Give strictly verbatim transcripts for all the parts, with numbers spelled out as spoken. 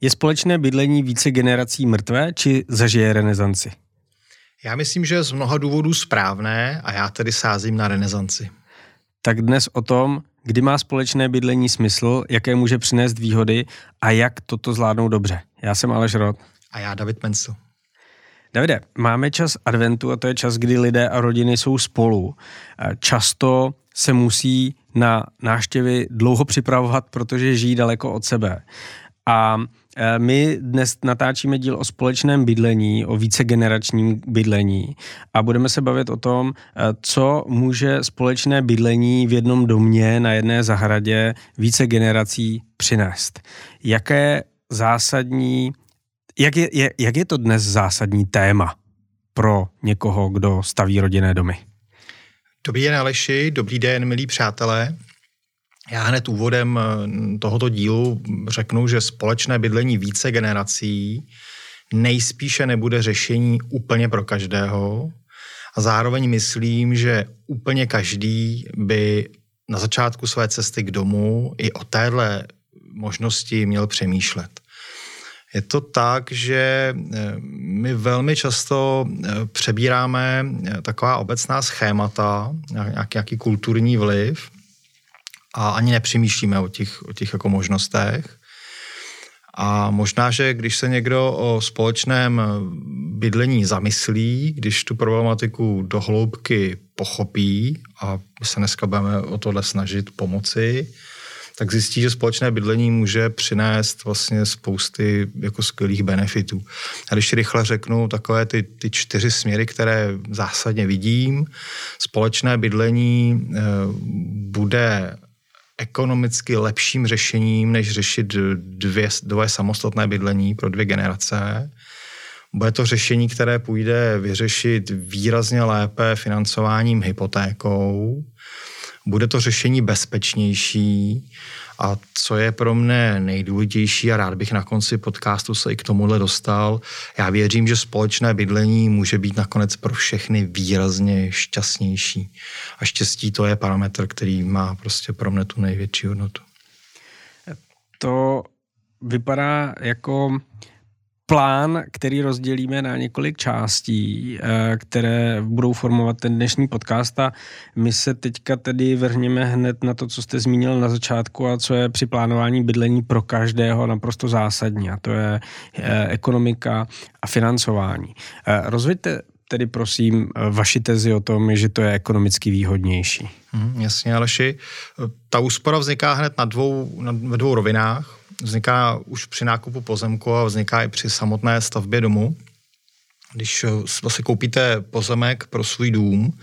Je společné bydlení více generací mrtvé, či zažije renesanci? Já myslím, že je z mnoha důvodů správné a já tedy sázím na renesanci. Tak dnes o tom, kdy má společné bydlení smysl, jaké může přinést výhody a jak toto zvládnout dobře. Já jsem Aleš Rod. A já David Mencl. Davide, máme čas adventu a to je čas, kdy lidé a rodiny jsou spolu. Často se musí na návštěvy dlouho připravovat, protože žijí daleko od sebe. A my dnes natáčíme díl o společném bydlení, o vícegeneračním bydlení a budeme se bavit o tom, co může společné bydlení v jednom domě na jedné zahradě více generací přinést. Jaké zásadní, jak je, je, jak je to dnes zásadní téma pro někoho, kdo staví rodinné domy? Dobrý den, Aleši, dobrý den, milí přátelé. Já hned úvodem tohoto dílu řeknu, že společné bydlení více generací nejspíše nebude řešení úplně pro každého a zároveň myslím, že úplně každý by na začátku své cesty k domu i o téhle možnosti měl přemýšlet. Je to tak, že my velmi často přebíráme taková obecná schémata, nějaký, nějaký kulturní vliv, a ani nepřemýšlíme o těch, o těch jako možnostech. A možná, že když se někdo o společném bydlení zamyslí, když tu problematiku do hloubky pochopí, a my se dneska budeme o tohle snažit pomoci, tak zjistí, že společné bydlení může přinést vlastně spousty jako skvělých benefitů. A když rychle řeknu takové ty, ty čtyři směry, které zásadně vidím, společné bydlení e, bude ekonomicky lepším řešením, než řešit dvě, dvě samostatné bydlení pro dvě generace. Bude to řešení, které půjde vyřešit výrazně lépe financováním hypotékou. Bude to řešení bezpečnější a co je pro mne nejdůležitější a rád bych na konci podcastu se i k tomuhle dostal, já věřím, že společné bydlení může být nakonec pro všechny výrazně šťastnější. A štěstí to je parametr, který má prostě pro mne tu největší hodnotu. To vypadá jako plán, který rozdělíme na několik částí, které budou formovat ten dnešní podcast a my se teďka tedy vrhneme hned na to, co jste zmínil na začátku a co je při plánování bydlení pro každého naprosto zásadní a to je ekonomika a financování. Rozveďte tedy prosím vaši tezi o tom, že to je ekonomicky výhodnější. Hmm, jasně, Aleši. Ta úspora vzniká hned na dvou, na, ve dvou rovinách. Vzniká už při nákupu pozemku a vzniká i při samotné stavbě domu. Když vlastně koupíte pozemek pro svůj dům,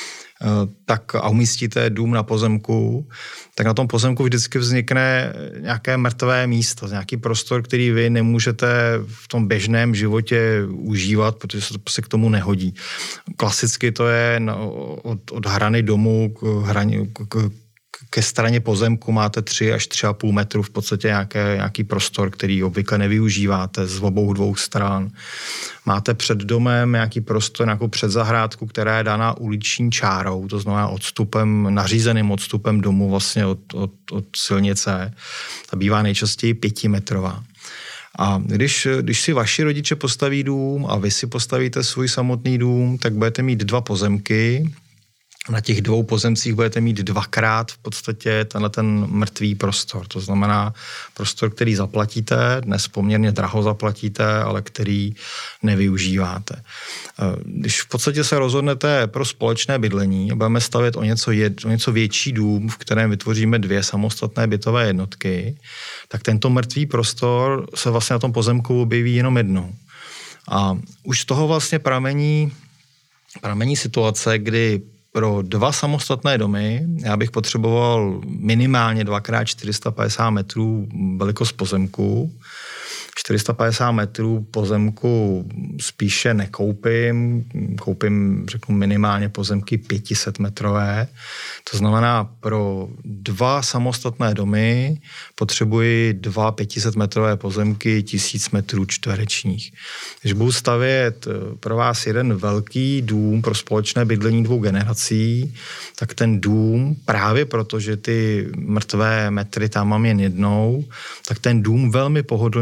tak a umístíte dům na pozemku, tak na tom pozemku vždycky vznikne nějaké mrtvé místo, nějaký prostor, který vy nemůžete v tom běžném životě užívat, protože se to prostě k tomu nehodí. Klasicky to je od, od hrany domu k hraně, k, ke straně pozemku máte tři až tři a půl metru v podstatě nějaké, nějaký prostor, který obvykle nevyužíváte z obou dvou stran. Máte před domem nějaký prostor, nějakou předzahrádku, která je daná uliční čárou, to znamená odstupem, nařízeným odstupem domu vlastně od, od, od silnice. Ta bývá nejčastěji pětimetrová. A když, když si vaši rodiče postaví dům a vy si postavíte svůj samotný dům, tak budete mít dva pozemky. Na těch dvou pozemcích budete mít dvakrát v podstatě tenhle ten mrtvý prostor. To znamená prostor, který zaplatíte, dnes poměrně draho zaplatíte, ale který nevyužíváte. Když v podstatě se rozhodnete pro společné bydlení a budeme stavět o něco, jed, o něco větší dům, v kterém vytvoříme dvě samostatné bytové jednotky, tak tento mrtvý prostor se vlastně na tom pozemku objeví jenom jednou. A už z toho vlastně pramení, pramení situace, kdy pro dva samostatné domy já bych potřeboval minimálně dvakrát čtyři sta padesát metrů velikost pozemku. čtyři sta padesát metrů pozemku spíše nekoupím, koupím, řeknu, minimálně pozemky pět set metrové. To znamená, pro dva samostatné domy potřebuji dva pět set metrové pozemky, tisíc metrů čtverečních. Když budu stavět pro vás jeden velký dům pro společné bydlení dvou generací, tak ten dům, právě protože ty mrtvé metry tam mám jen jednou, tak ten dům velmi pohodlně umístí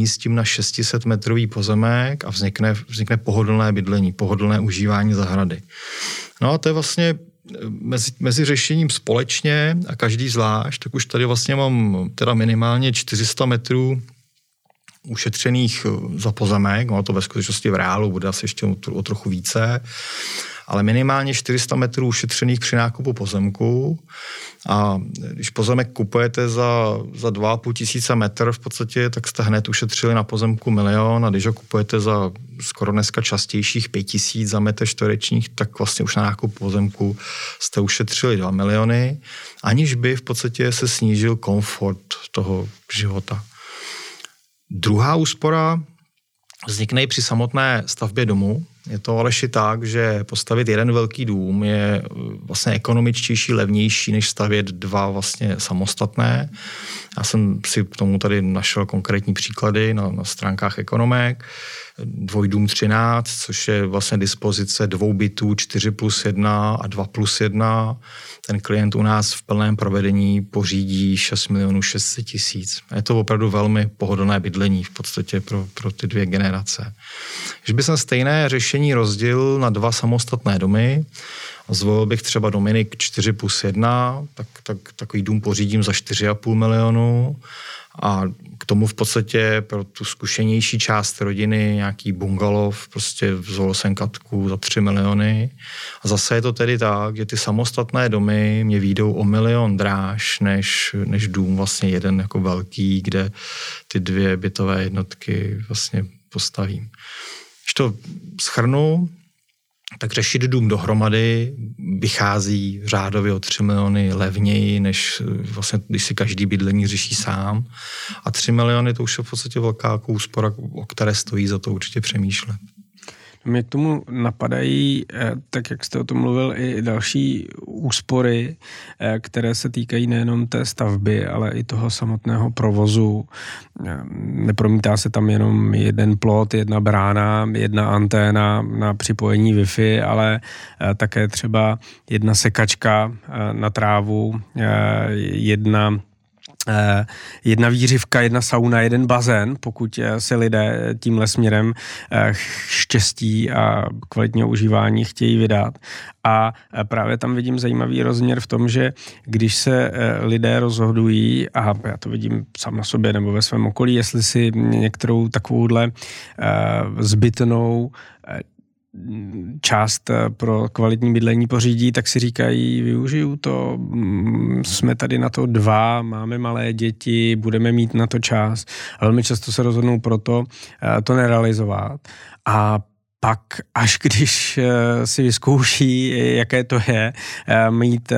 přemístím na šest set metrový pozemek a vznikne, vznikne pohodlné bydlení, pohodlné užívání zahrady. No a to je vlastně mezi, mezi řešením společně a každý zvlášť, tak už tady vlastně mám teda minimálně čtyři sta metrů ušetřených za pozemek, no to ve skutečnosti v reálu bude asi ještě o trochu více, ale minimálně čtyři sta metrů ušetřených při nákupu pozemku. A když pozemek kupujete za, za dva a půl tisíce metr v podstatě, tak jste hned ušetřili na pozemku milion, a když ho kupujete za skoro dneska častějších pět tisíc za metr čtverečních, tak vlastně už na nákup pozemku jste ušetřili dva miliony, aniž by v podstatě se snížil komfort toho života. Druhá úspora vznikne i při samotné stavbě domu. Je to Aleši tak, že postavit jeden velký dům je vlastně ekonomičtější, levnější, než stavět dva vlastně samostatné. Já jsem si k tomu tady našel konkrétní příklady na, na stránkách Ekonomek. Dvojdům třináct, což je vlastně dispozice dvou bytů čtyři plus jedna a dva plus jedna. Ten klient u nás v plném provedení pořídí šest milionů šest set tisíc. Je to opravdu velmi pohodlné bydlení v podstatě pro, pro ty dvě generace. Když bych stejné řešení rozdělil na dva samostatné domy, zvolil bych třeba Dominik čtyři plus jedna, tak, tak takový dům pořídím za čtyři a půl milionu. A k tomu v podstatě pro tu zkušenější část rodiny nějaký bungalov, prostě vzal jsem Katku za tři miliony. A zase je to tedy tak, že ty samostatné domy mě vyjdou o milion dráž, než, než dům vlastně jeden jako velký, kde ty dvě bytové jednotky vlastně postavím. Když to shrnu, tak řešit dům dohromady vychází řádově o tři miliony levněji, než vlastně, když si každý bydlení řeší sám. A tři miliony to už je v podstatě velká úspora, o které stojí za to určitě přemýšlet. Mě k tomu napadají, tak jak jste o tom mluvil, i další úspory, které se týkají nejenom té stavby, ale i toho samotného provozu. Nepromítá se tam jenom jeden plot, jedna brána, jedna anténa na připojení Wi-Fi, ale také třeba jedna sekačka na trávu, jedna jedna výřivka, jedna sauna, jeden bazén, pokud se lidé tímhle směrem štěstí a kvalitního užívání chtějí vydat. A právě tam vidím zajímavý rozměr v tom, že když se lidé rozhodují, a já to vidím sám na sobě nebo ve svém okolí, jestli si některou takovouhle zbytnou část pro kvalitní bydlení pořídí, tak si říkají, využiju to, jsme tady na to dva, máme malé děti, budeme mít na to čas. A velmi často se rozhodnou proto to nerealizovat. A pak, až když si vyzkouší, jaké to je, mít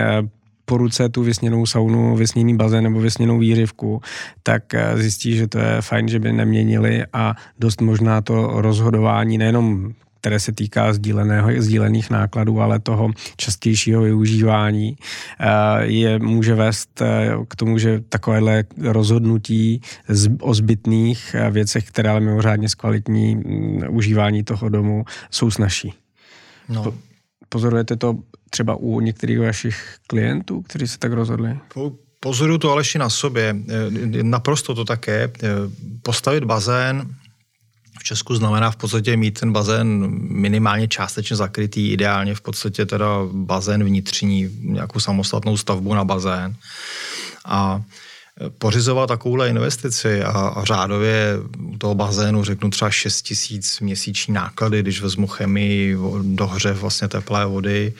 po ruce tu vysněnou saunu, vysněný bazén nebo vysněnou výřivku, tak zjistí, že to je fajn, že by neměnili, a dost možná to rozhodování nejenom které se týká sdíleného, sdílených nákladů, ale toho častějšího využívání, je může vést k tomu, že takovéhle rozhodnutí o zbytných věcech, které ale mimořádně zkvalitní užívání toho domu, jsou snazší. No. Pozorujete to třeba u některých vašich klientů, kteří se tak rozhodli? Pozoruju to Aleši na sobě. Naprosto to také. Postavit bazén v Česku znamená v podstatě mít ten bazén minimálně částečně zakrytý, ideálně v podstatě teda bazén vnitřní, nějakou samostatnou stavbu na bazén. A pořizovat takovouhle investici a, a řádově u toho bazénu řeknu třeba šest tisíc měsíční náklady, když vezmu chemii, dohřev vlastně teplé vody,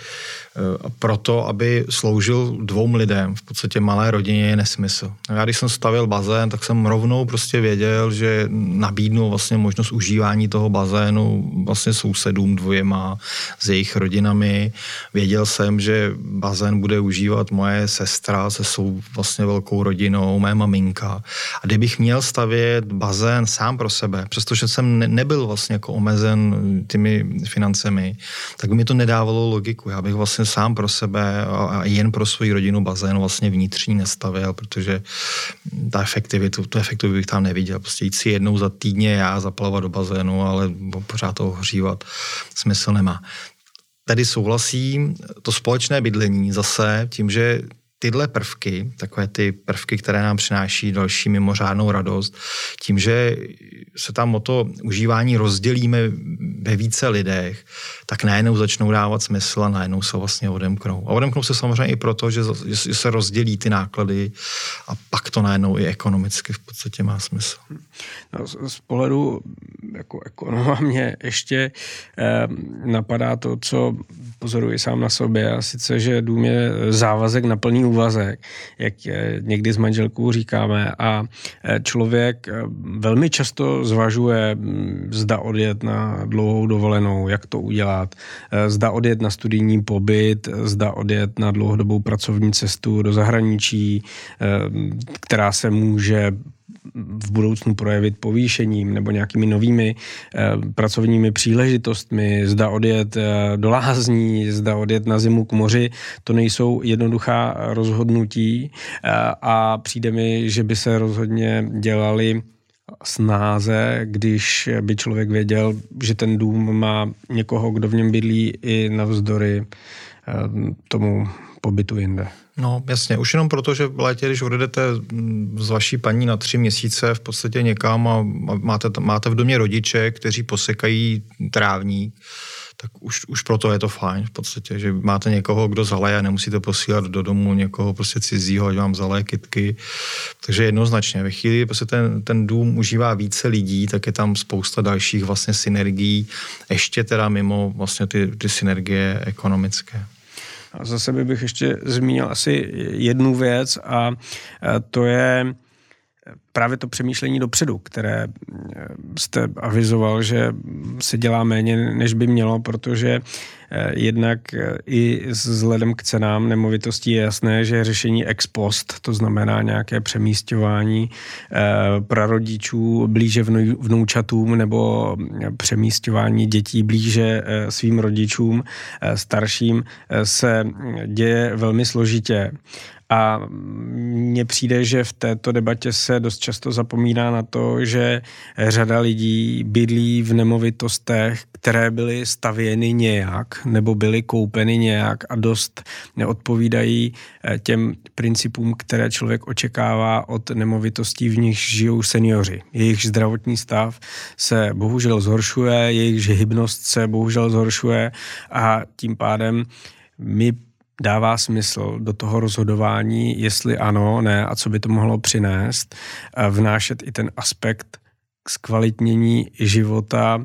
proto, aby sloužil dvou lidem, v podstatě malé rodině, je nesmysl. Já když jsem stavěl bazén, tak jsem rovnou prostě věděl, že nabídnu vlastně možnost užívání toho bazénu vlastně sousedům dvěma s jejich rodinami. Věděl jsem, že bazén bude užívat moje sestra se svou vlastně velkou rodinou, moje maminka. A kdybych měl stavět bazén sám pro sebe, přestože jsem nebyl vlastně jako omezen těmi financemi, tak by mi to nedávalo logiku. Já bych vlastně sám pro sebe a jen pro svou rodinu bazén vlastně vnitřní nestavil, protože ta efektivitu, tu efektivitu bych tam neviděl. Prostě jít si jednou za týdně já zaplavat do bazénu, ale pořád to ohřívat smysl nemá. Tady souhlasím, to společné bydlení zase tím, že tyhle prvky, takové ty prvky, které nám přináší další mimořádnou radost, tím, že se tam o to užívání rozdělíme ve více lidech, tak najednou začnou dávat smysl a najednou se vlastně odemknou. A odemknou se samozřejmě i proto, že se rozdělí ty náklady a pak to najednou i ekonomicky v podstatě má smysl. No, z pohledu jako ekonoma mě ještě eh, napadá to, co pozoruji sám na sobě, a sice, že dům je závazek na plný úvazek, jak někdy s manželkou říkáme, a člověk velmi často zvažuje, zda odjet na dlouhou dovolenou, jak to udělat, zda odjet na studijní pobyt, zda odjet na dlouhodobou pracovní cestu do zahraničí, která se může v budoucnu projevit povýšením nebo nějakými novými eh, pracovními příležitostmi, zda odjet eh, do lázní, zda odjet na zimu k moři, to nejsou jednoduchá rozhodnutí eh, a přijde mi, že by se rozhodně dělali snáze, když by člověk věděl, že ten dům má někoho, kdo v něm bydlí i navzdory eh, tomu pobytu jinde. No jasně, už jenom proto, že v létě, když odjedete s vaší paní na tři měsíce v podstatě někam a máte, máte v domě rodiče, kteří posekají trávník, tak už, už proto je to fajn v podstatě, že máte někoho, kdo zaleje a nemusíte posílat do domu někoho prostě cizího, ať vám zaleje kytky. Takže jednoznačně, ve chvíli prostě ten, ten dům užívá více lidí, tak je tam spousta dalších vlastně synergií, ještě teda mimo vlastně ty, ty synergie ekonomické. A za sebe bych ještě zmínil asi jednu věc, a to je právě to přemýšlení dopředu, které jste avizoval, že se dělá méně, než by mělo, protože jednak i vzhledem k cenám nemovitostí je jasné, že řešení ex post, to znamená nějaké přemísťování prarodičů blíže vnoučatům nebo přemísťování dětí blíže svým rodičům starším, se děje velmi složitě. A mně přijde, že v této debatě se dost často zapomíná na to, že řada lidí bydlí v nemovitostech, které byly stavěny nějak nebo byly koupeny nějak a dost neodpovídají těm principům, které člověk očekává od nemovitostí, v nich žijou seniori. Jejich zdravotní stav se bohužel zhoršuje, jejich hybnost se bohužel zhoršuje a tím pádem my dává smysl do toho rozhodování, jestli ano, ne a co by to mohlo přinést, vnášet i ten aspekt zkvalitnění života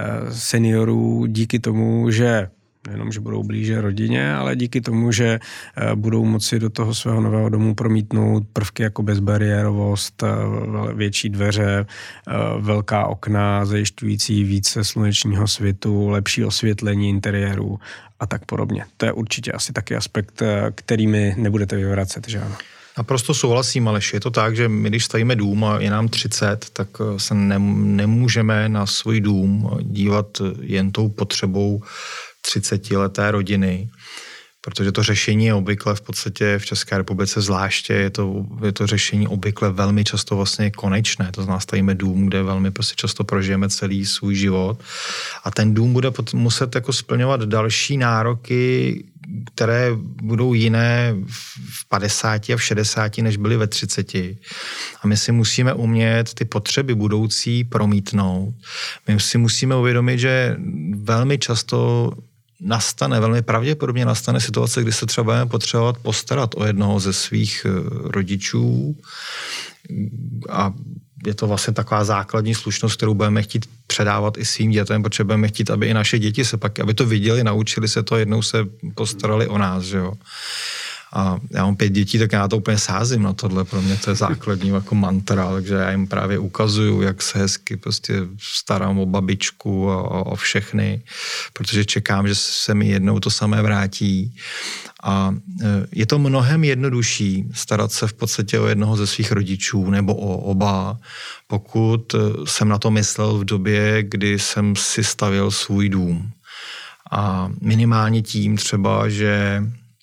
seniorů díky tomu, že nejenom, že budou blíže rodině, ale díky tomu, že budou moci do toho svého nového domu promítnout prvky jako bezbariérovost, větší dveře, velká okna zajišťující více slunečního svitu, lepší osvětlení interiéru a tak podobně. To je určitě asi taky aspekt, který mi nebudete vyvracet, že ano? Naprosto souhlasím, Aleši. Je to tak, že my, když stavíme dům a je nám třicet, tak se nemůžeme na svůj dům dívat jen tou potřebou třicetileté rodiny, protože to řešení je obvykle v podstatě v České republice zvláště, je to, je to řešení obvykle velmi často vlastně konečné. To znamená, stavíme dům, kde velmi prostě často prožijeme celý svůj život a ten dům bude muset jako splňovat další nároky, které budou jiné v padesáti a v šedesáti, než byly ve třiceti. A my si musíme umět ty potřeby budoucí promítnout. My si musíme uvědomit, že velmi často nastane, velmi pravděpodobně nastane situace, kdy se třeba budeme potřebovat postarat o jednoho ze svých rodičů a je to vlastně taková základní slušnost, kterou budeme chtít předávat i svým dětem, protože budeme chtít, aby i naše děti se pak, aby to viděli, naučili se to, jednou se postarali o nás, že jo. A já mám pět dětí, tak já to úplně sázím na tohle, pro mě to je základní jako mantra, takže já jim právě ukazuju, jak se hezky prostě starám o babičku a o všechny, protože čekám, že se mi jednou to samé vrátí. A je to mnohem jednodušší starat se v podstatě o jednoho ze svých rodičů nebo o oba, pokud jsem na to myslel v době, kdy jsem si stavěl svůj dům. A minimálně tím třeba, že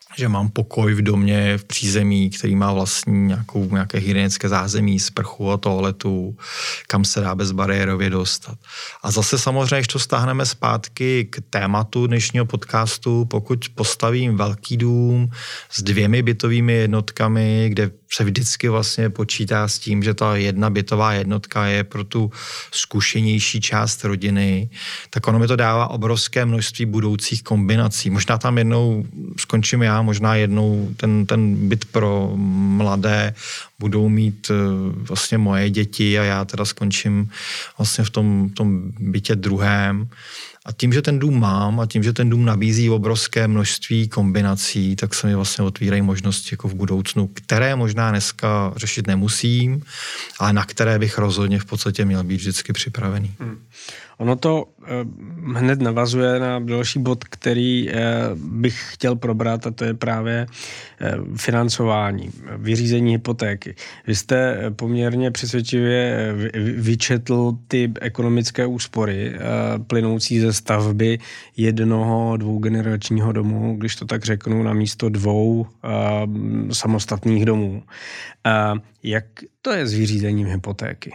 že mám pokoj v domě, v přízemí, který má vlastní nějakou, nějaké hygienické zázemí, sprchu a toaletu, kam se dá bezbariérově dostat. A zase samozřejmě, když to stáhneme zpátky k tématu dnešního podcastu, pokud postavím velký dům s dvěmi bytovými jednotkami, kde se vždycky vlastně počítá s tím, že ta jedna bytová jednotka je pro tu zkušenější část rodiny, tak ono mi to dává obrovské množství budoucích kombinací. Možná tam jednou skončím já, možná jednou ten, ten byt pro mladé budou mít vlastně moje děti a já teda skončím vlastně v tom, v tom bytě druhém. A tím, že ten dům mám a tím, že ten dům nabízí obrovské množství kombinací, tak se mi vlastně otvírají možnosti jako v budoucnu, které možná dneska řešit nemusím, ale na které bych rozhodně v podstatě měl být vždycky připravený. Hmm. Ono to eh, hned navazuje na další bod, který eh, bych chtěl probrat, a to je právě eh, financování, vyřízení hypotéky. Vy jste poměrně přesvědčivě vyčetl ty ekonomické úspory eh, plynoucí ze stavby jednoho dvougeneračního domu, když to tak řeknu, na místo dvou eh, samostatných domů. Eh, jak to je s vyřízením hypotéky?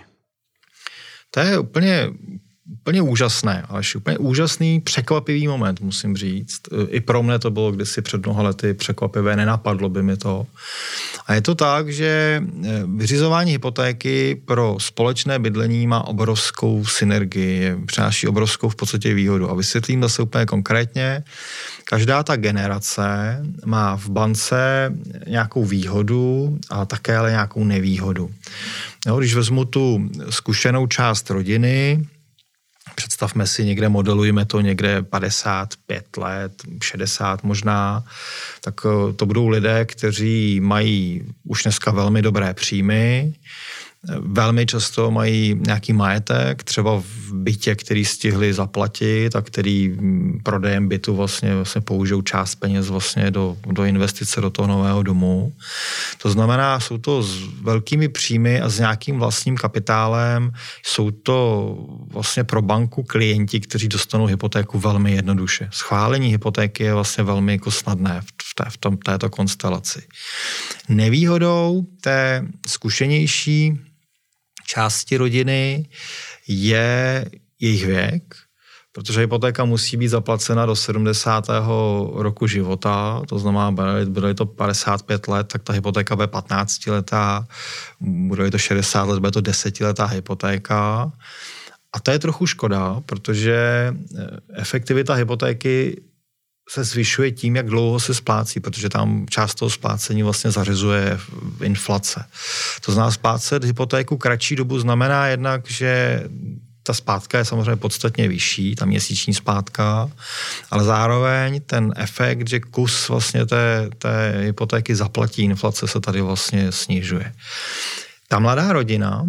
To je úplně... Úplně úžasné, ale úplně úžasný, překvapivý moment, musím říct. I pro mne to bylo kdysi před mnoha lety překvapivé, nenapadlo by mi to. A je to tak, že vyřizování hypotéky pro společné bydlení má obrovskou synergii, přináší obrovskou v podstatě výhodu. A vysvětlím zase úplně konkrétně. Každá ta generace má v bance nějakou výhodu a také ale nějakou nevýhodu. Jo, když vezmu tu zkušenou část rodiny, představme si, někde modelujeme to někde padesát pět let, šedesát možná, tak to budou lidé, kteří mají už dneska velmi dobré příjmy, velmi často mají nějaký majetek, třeba v bytě, který stihli zaplatit a který prodejem bytu vlastně, vlastně použijou část peněz vlastně do, do investice do toho nového domu. To znamená, jsou to s velkými příjmy a s nějakým vlastním kapitálem, jsou to vlastně pro banku klienti, kteří dostanou hypotéku velmi jednoduše. Schválení hypotéky je vlastně velmi jako snadné v, té, v tom, této konstelaci. Nevýhodou té zkušenější části rodiny je jejich věk, protože hypotéka musí být zaplacena do sedmdesátého roku života, to znamená, bylo to padesát pět let, tak ta hypotéka bude patnáctiletá, bude to šedesát let, bude to desetiletá hypotéka. A to je trochu škoda, protože efektivita hypotéky se zvyšuje tím, jak dlouho se splácí, protože tam část toho splácení vlastně zařizuje inflace. To znamená, splácet hypotéku kratší dobu znamená jednak, že ta splátka je samozřejmě podstatně vyšší, ta měsíční splátka, ale zároveň ten efekt, že kus vlastně té, té hypotéky zaplatí inflace, se tady vlastně snižuje. Ta mladá rodina,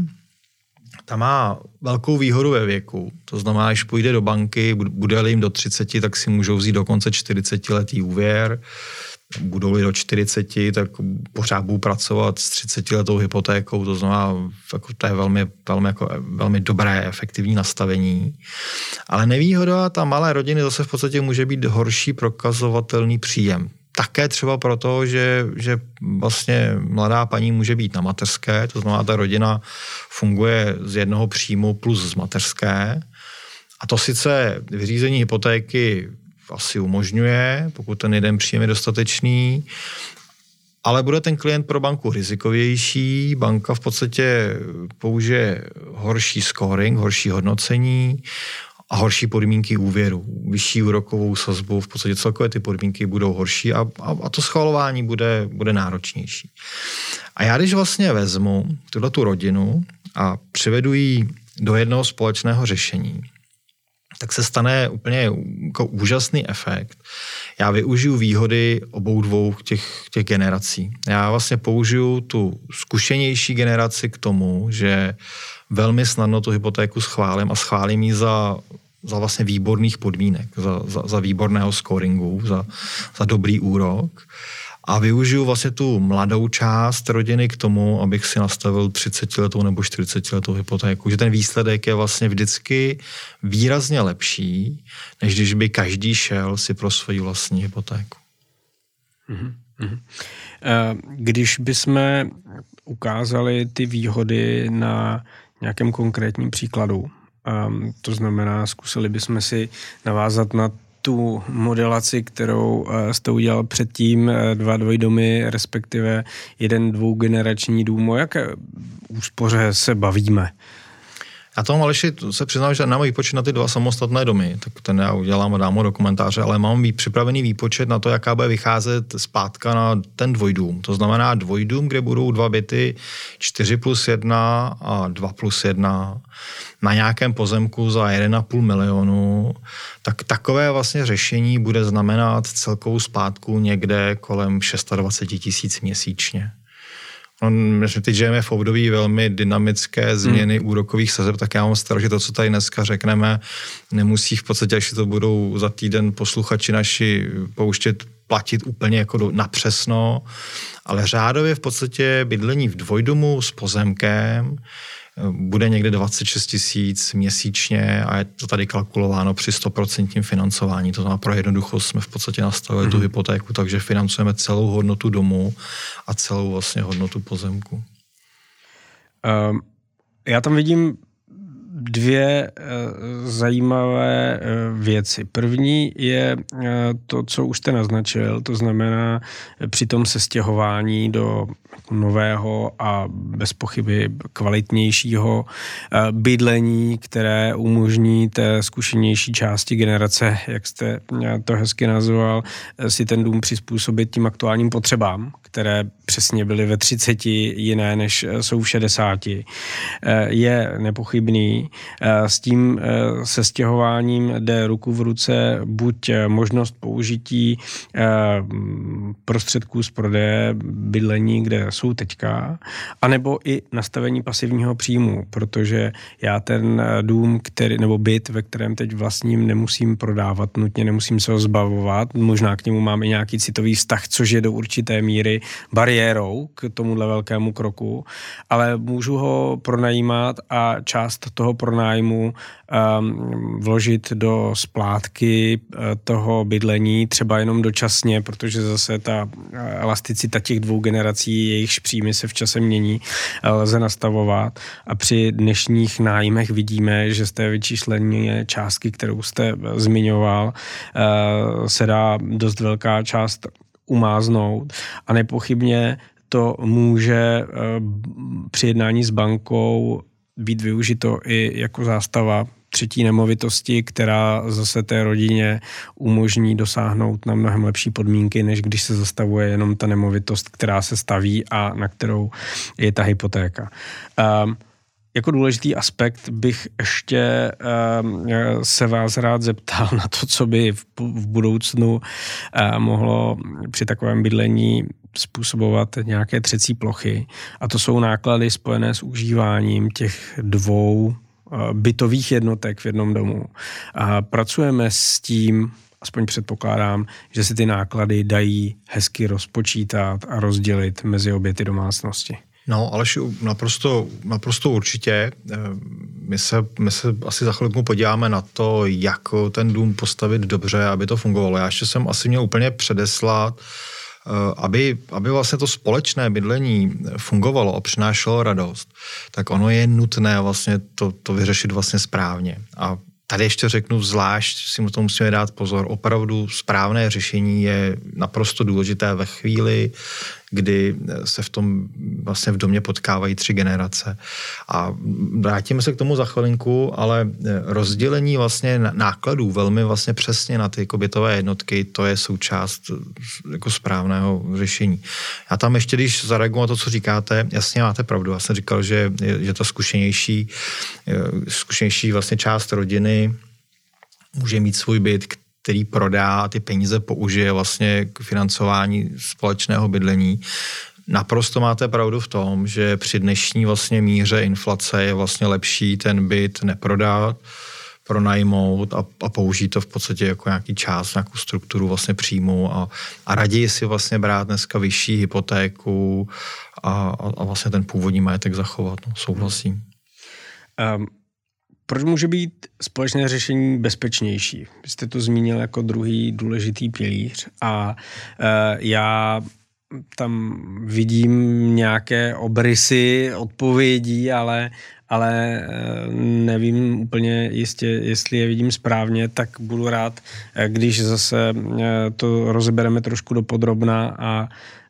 ta má velkou výhodu ve věku. To znamená, když půjde do banky, bude-li jim do třiceti, tak si můžou vzít dokonce čtyřicetiletý úvěr. Budou-li do čtyřiceti, tak pořád budou pracovat s třicetiletou hypotékou. To znamená, jako to je velmi, velmi, jako, velmi dobré, efektivní nastavení. Ale nevýhoda ta malé rodiny zase v podstatě může být horší prokazovatelný příjem. Také třeba proto, že, že vlastně mladá paní může být na mateřské, to znamená, ta rodina funguje z jednoho příjmu plus z mateřské. A to sice vyřízení hypotéky asi umožňuje, pokud ten jeden příjem je dostatečný, ale bude ten klient pro banku rizikovější, banka v podstatě použije horší scoring, horší hodnocení a horší podmínky úvěru, vyšší úrokovou sazbu, v podstatě celkově ty podmínky budou horší a, a, a to schvalování bude, bude náročnější. A já když vlastně vezmu tuhletu rodinu a přivedu ji do jednoho společného řešení, tak se stane úplně jako úžasný efekt. Já využiju výhody obou dvou těch, těch generací. Já vlastně použiju tu zkušenější generaci k tomu, že velmi snadno tu hypotéku schválím a schválím ji za, za vlastně výborných podmínek, za, za, za výborného scoringu, za, za dobrý úrok. A využiju vlastně tu mladou část rodiny k tomu, abych si nastavil třicetiletou nebo čtyřicetiletou hypotéku. Že ten výsledek je vlastně vždycky výrazně lepší, než když by každý šel si pro svoji vlastní hypotéku. Když bychom ukázali ty výhody na nějakém konkrétním příkladu, to znamená, zkusili bychom si navázat na tu modelaci, kterou jste udělal předtím, dva dvojdomy, respektive jeden dvougenerační dům, o jaké úspoře se bavíme? Já tomu, Aleši, se přiznám, že nemám výpočet na ty dva samostatné domy, tak ten já udělám a dám ho do komentáře, ale mám připravený výpočet na to, jaká bude vycházet zpátka na ten dvojdům. To znamená dvojdům, kde budou dva byty, čtyři plus jedna a dva plus jedna na nějakém pozemku za jeden a půl milionu, tak takové vlastně řešení bude znamenat celkovou zpátku někde kolem dvacet šest tisíc měsíčně. On, my teď žijeme v období velmi dynamické změny hmm. úrokových sazeb, tak já mám strach, že to, co tady dneska řekneme, nemusí v podstatě, až to budou za týden posluchači naši pouštět, platit úplně jako do, napřesno, ale řádově v podstatě bydlení v dvojdomu s pozemkem bude někde dvacet šest tisíc měsíčně a je to tady kalkulováno při sto procent financování. To znamená, pro jednoduchost jsme v podstatě nastavili mm-hmm. tu hypotéku, takže financujeme celou hodnotu domu a celou vlastně hodnotu pozemku. Um, já tam vidím dvě uh, zajímavé uh, věci. První je uh, to, co už jste naznačil, to znamená uh, při tom sestěhování do nového a bez pochyby kvalitnějšího uh, bydlení, které umožní té zkušenější části generace, jak jste to hezky nazval, uh, si ten dům přizpůsobit tím aktuálním potřebám, které přesně byly ve třiceti jiné, než jsou v šedesáti, je nepochybný. S tím sestěhováním jde ruku v ruce buď možnost použití prostředků z prodeje bydlení, kde jsou teďka, anebo i nastavení pasivního příjmu, protože já ten dům, který, nebo byt, ve kterém teď vlastním, nemusím prodávat, nutně nemusím se ho zbavovat, možná k němu mám i nějaký citový vztah, což je do určité míry bariérou k tomuhle velkému kroku, ale můžu ho pronajímat a část toho pronájmu um, vložit do splátky uh, toho bydlení, třeba jenom dočasně, protože zase ta elasticita těch dvou generací, jejichž příjmy se v čase mění, lze nastavovat a při dnešních nájmech vidíme, že z té vyčíslené částky, kterou jste zmiňoval, uh, se dá dost velká část umáznout a nepochybně to může při jednání s bankou být využito i jako zástava třetí nemovitosti, která zase té rodině umožní dosáhnout na mnohem lepší podmínky, než když se zastavuje jenom ta nemovitost, která se staví a na kterou je ta hypotéka. Um, Jako důležitý aspekt bych ještě uh, se vás rád zeptal na to, co by v, v budoucnu uh, mohlo při takovém bydlení způsobovat nějaké třecí plochy. A to jsou náklady spojené s užíváním těch dvou uh, bytových jednotek v jednom domu. A pracujeme s tím, aspoň předpokládám, že se ty náklady dají hezky rozpočítat a rozdělit mezi obě ty domácnosti. No, Aleši, naprosto, naprosto určitě. My se, my se asi za chvilku podíváme na to, jak ten dům postavit dobře, aby to fungovalo. Já ještě jsem asi měl úplně předeslat, aby, aby vlastně to společné bydlení fungovalo a přinášelo radost, tak ono je nutné vlastně to, to vyřešit vlastně správně. A tady ještě řeknu zvlášť, si mu to musíme dát pozor, opravdu správné řešení je naprosto důležité ve chvíli, kdy se v tom vlastně v domě potkávají tři generace. A vrátíme se k tomu za chvilinku, ale rozdělení vlastně nákladů velmi vlastně přesně na ty jako bytové jednotky, to je součást jako správného řešení. Já tam ještě, když zareaguju na to, co říkáte, jasně máte pravdu. Já jsem říkal, že je to zkušenější, zkušenější vlastně část rodiny může mít svůj byt, který prodá a ty peníze použije vlastně k financování společného bydlení. Naprosto máte pravdu v tom, že při dnešní vlastně míře inflace je vlastně lepší ten byt neprodat, pronajmout a, a použít to v podstatě jako nějaký část, nějakou strukturu vlastně příjmu a, a raději si vlastně brát dneska vyšší hypotéku a, a, a vlastně ten původní majetek zachovat. No, souhlasím. Um. proč může být společné řešení bezpečnější? Vy jste to zmínil jako druhý důležitý pilíř a e, já tam vidím nějaké obrysy odpovědí, ale, ale nevím úplně jistě, jestli je vidím správně, tak budu rád, když zase to rozebereme trošku dopodrobna a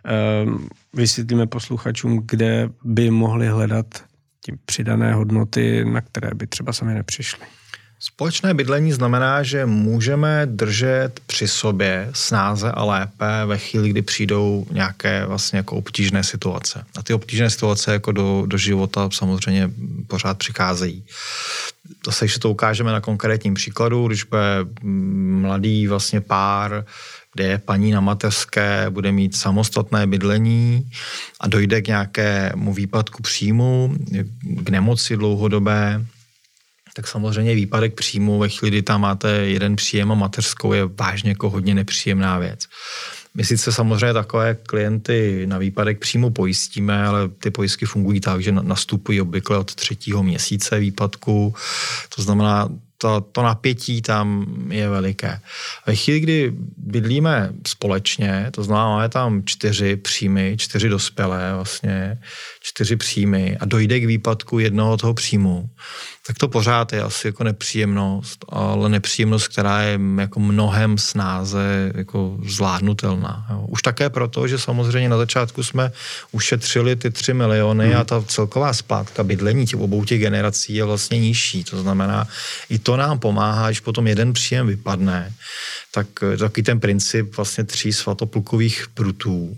vysvětlíme posluchačům, kde by mohli hledat tím přidané hodnoty, na které by třeba sami nepřišli. Společné bydlení znamená, že můžeme držet při sobě snáze a lépe ve chvíli, kdy přijdou nějaké vlastně jako obtížné situace. A ty obtížné situace jako do, do života samozřejmě pořád přicházejí. Zase, když to ukážeme na konkrétním příkladu, když bude mladý vlastně pár, kde je paní na mateřské, bude mít samostatné bydlení a dojde k nějakému výpadku příjmu, k nemoci dlouhodobé, tak samozřejmě výpadek příjmu ve chvíli, kdy tam máte jeden příjem a mateřskou, je vážně jako hodně nepříjemná věc. My sice samozřejmě takové klienty na výpadek příjmu pojistíme, ale ty pojistky fungují tak, že nastupují obvykle od třetího měsíce výpadku. To znamená, to, to napětí tam je veliké. Ve chvíli, kdy bydlíme společně, to znamená, máme tam čtyři příjmy, čtyři dospělé vlastně, čtyři příjmy a dojde k výpadku jednoho toho příjmu, tak to pořád je asi jako nepříjemnost, ale nepříjemnost, která je jako mnohem snáze jako zvládnutelná. Jo. Už také proto, že samozřejmě na začátku jsme ušetřili ty tři miliony hmm. a ta celková splátka bydlení těch obou těch generací je vlastně nižší. To znamená, i to nám pomáhá, když potom jeden příjem vypadne, tak taky ten princip vlastně tří svatoplukových prutů,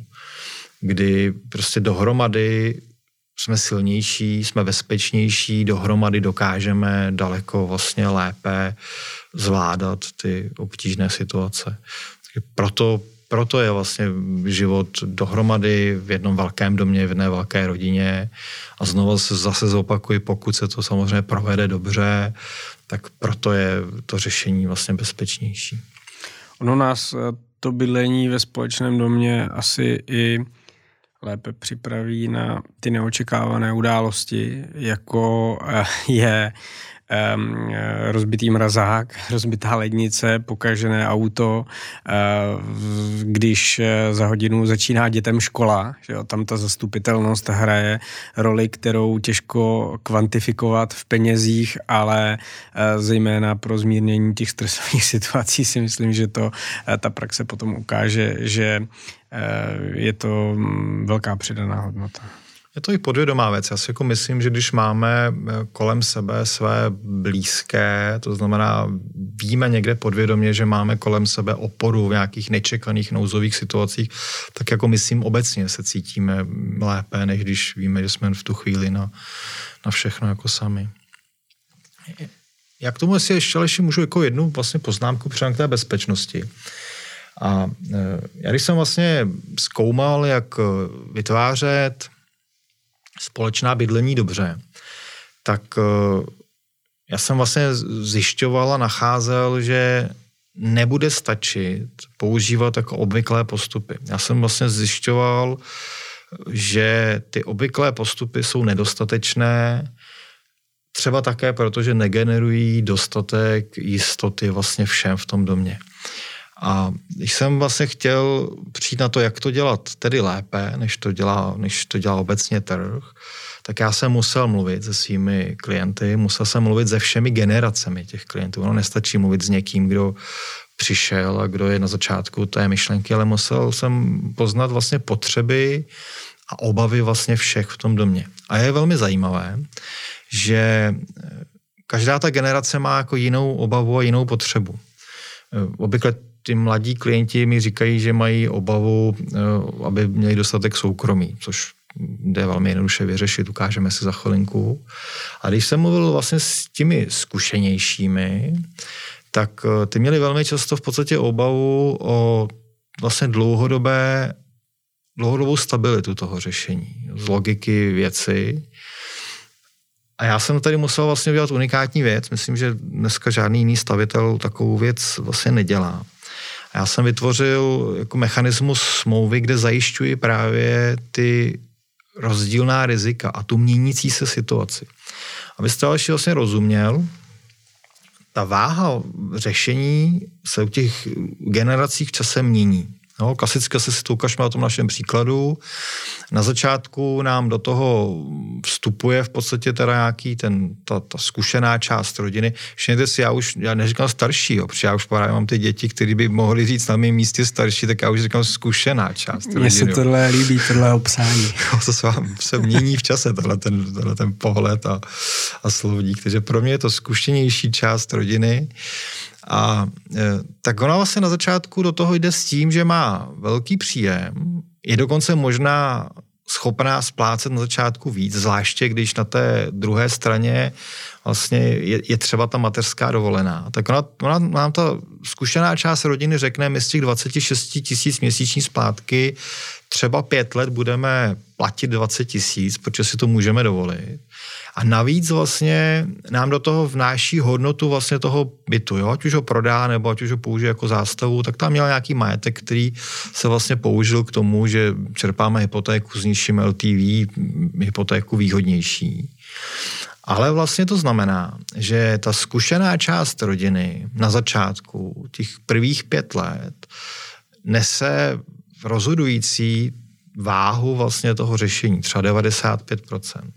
kdy prostě dohromady jsme silnější, jsme bezpečnější, dohromady dokážeme daleko vlastně lépe zvládat ty obtížné situace. Proto, proto je vlastně život dohromady v jednom velkém domě, v jedné velké rodině a znovu se zase zopakuji, pokud se to samozřejmě provede dobře, tak proto je to řešení vlastně bezpečnější. Ono nás to bydlení ve společném domě asi i lépe připraví na ty neočekávané události, jako je um, rozbitý mrazák, rozbitá lednice, pokažené auto, uh, když za hodinu začíná dětem škola, že jo, tam ta zastupitelnost hraje roli, kterou těžko kvantifikovat v penězích, ale uh, zejména pro zmírnění těch stresových situací si myslím, že to uh, ta praxe potom ukáže, že je to velká přidaná hodnota. Je to i podvědomá věc. Já si jako myslím, že když máme kolem sebe své blízké, to znamená víme někde podvědomě, že máme kolem sebe oporu v nějakých nečekaných nouzových situacích, tak jako myslím obecně se cítíme lépe, než když víme, že jsme v tu chvíli na, na všechno jako sami. Já k tomu asi ještě ještě můžu jako jednu vlastně poznámku přijít k té bezpečnosti. A já když jsem vlastně zkoumal, jak vytvářet společná bydlení dobře, tak já jsem vlastně zjišťoval a nacházel, že nebude stačit používat jako obvyklé postupy. Já jsem vlastně zjišťoval, že ty obvyklé postupy jsou nedostatečné, třeba také proto, že negenerují dostatek jistoty vlastně všem v tom domě. A když jsem vlastně chtěl přijít na to, jak to dělat tedy lépe, než to dělá, než to dělá obecně trh, tak já jsem musel mluvit se svými klienty, musel jsem mluvit se všemi generacemi těch klientů. Ono nestačí mluvit s někým, kdo přišel a kdo je na začátku té myšlenky, ale musel jsem poznat vlastně potřeby a obavy vlastně všech v tom domě. A je velmi zajímavé, že každá ta generace má jako jinou obavu a jinou potřebu. Obvykle ty mladí klienti mi říkají, že mají obavu, aby měli dostatek soukromí, což jde velmi jednoduše vyřešit, ukážeme si za chvilinku. A když jsem mluvil vlastně s těmi zkušenějšími, tak ty měli velmi často v podstatě obavu o vlastně dlouhodobé, dlouhodobou stabilitu toho řešení, z logiky věci. A já jsem tady musel vlastně udělat unikátní věc. Myslím, že dneska žádný jiný stavitel takovou věc vlastně nedělá. A já jsem vytvořil jako mechanismus smlouvy, kde zajišťuji právě ty rozdílná rizika a tu měnící se situaci. Abyste další vlastně rozuměl, ta váha řešení se u těch generací v čase mění. No, klasicky se si to ukažme na tom našem příkladu. Na začátku nám do toho vstupuje v podstatě teda nějaký ten, ta, ta zkušená část rodiny. Všimněte si, já už, já neříkám starší, jo, protože já už právě mám ty děti, kteří by mohli říct na mém místě starší, tak já už říkám zkušená část rodiny. Mně se tohle líbí, tohle obsání. To se vám se mění v čase, tohle ten, tohle ten pohled a, a slovník. Takže pro mě je to zkušenější část rodiny. A e, tak ona vlastně na začátku do toho jde s tím, že má velký příjem, je dokonce možná schopná splácet na začátku víc, zvláště když na té druhé straně vlastně je, je třeba ta mateřská dovolená. Tak ona, ona nám ta zkušená část rodiny řekne, my z těch dvacet šest tisíc měsíční splátky třeba pět let budeme platit dvacet tisíc, protože si to můžeme dovolit. A navíc vlastně nám do toho vnáší hodnotu vlastně toho bytu, jo? Ať už ho prodá, nebo ať už ho použije jako zástavu, tak tam měl nějaký majetek, který se vlastně použil k tomu, že čerpáme hypotéku s nižším L T V, hypotéku výhodnější. Ale vlastně to znamená, že ta zkušená část rodiny na začátku těch prvních pět let nese rozhodující váhu vlastně toho řešení, třeba devadesát pět procent.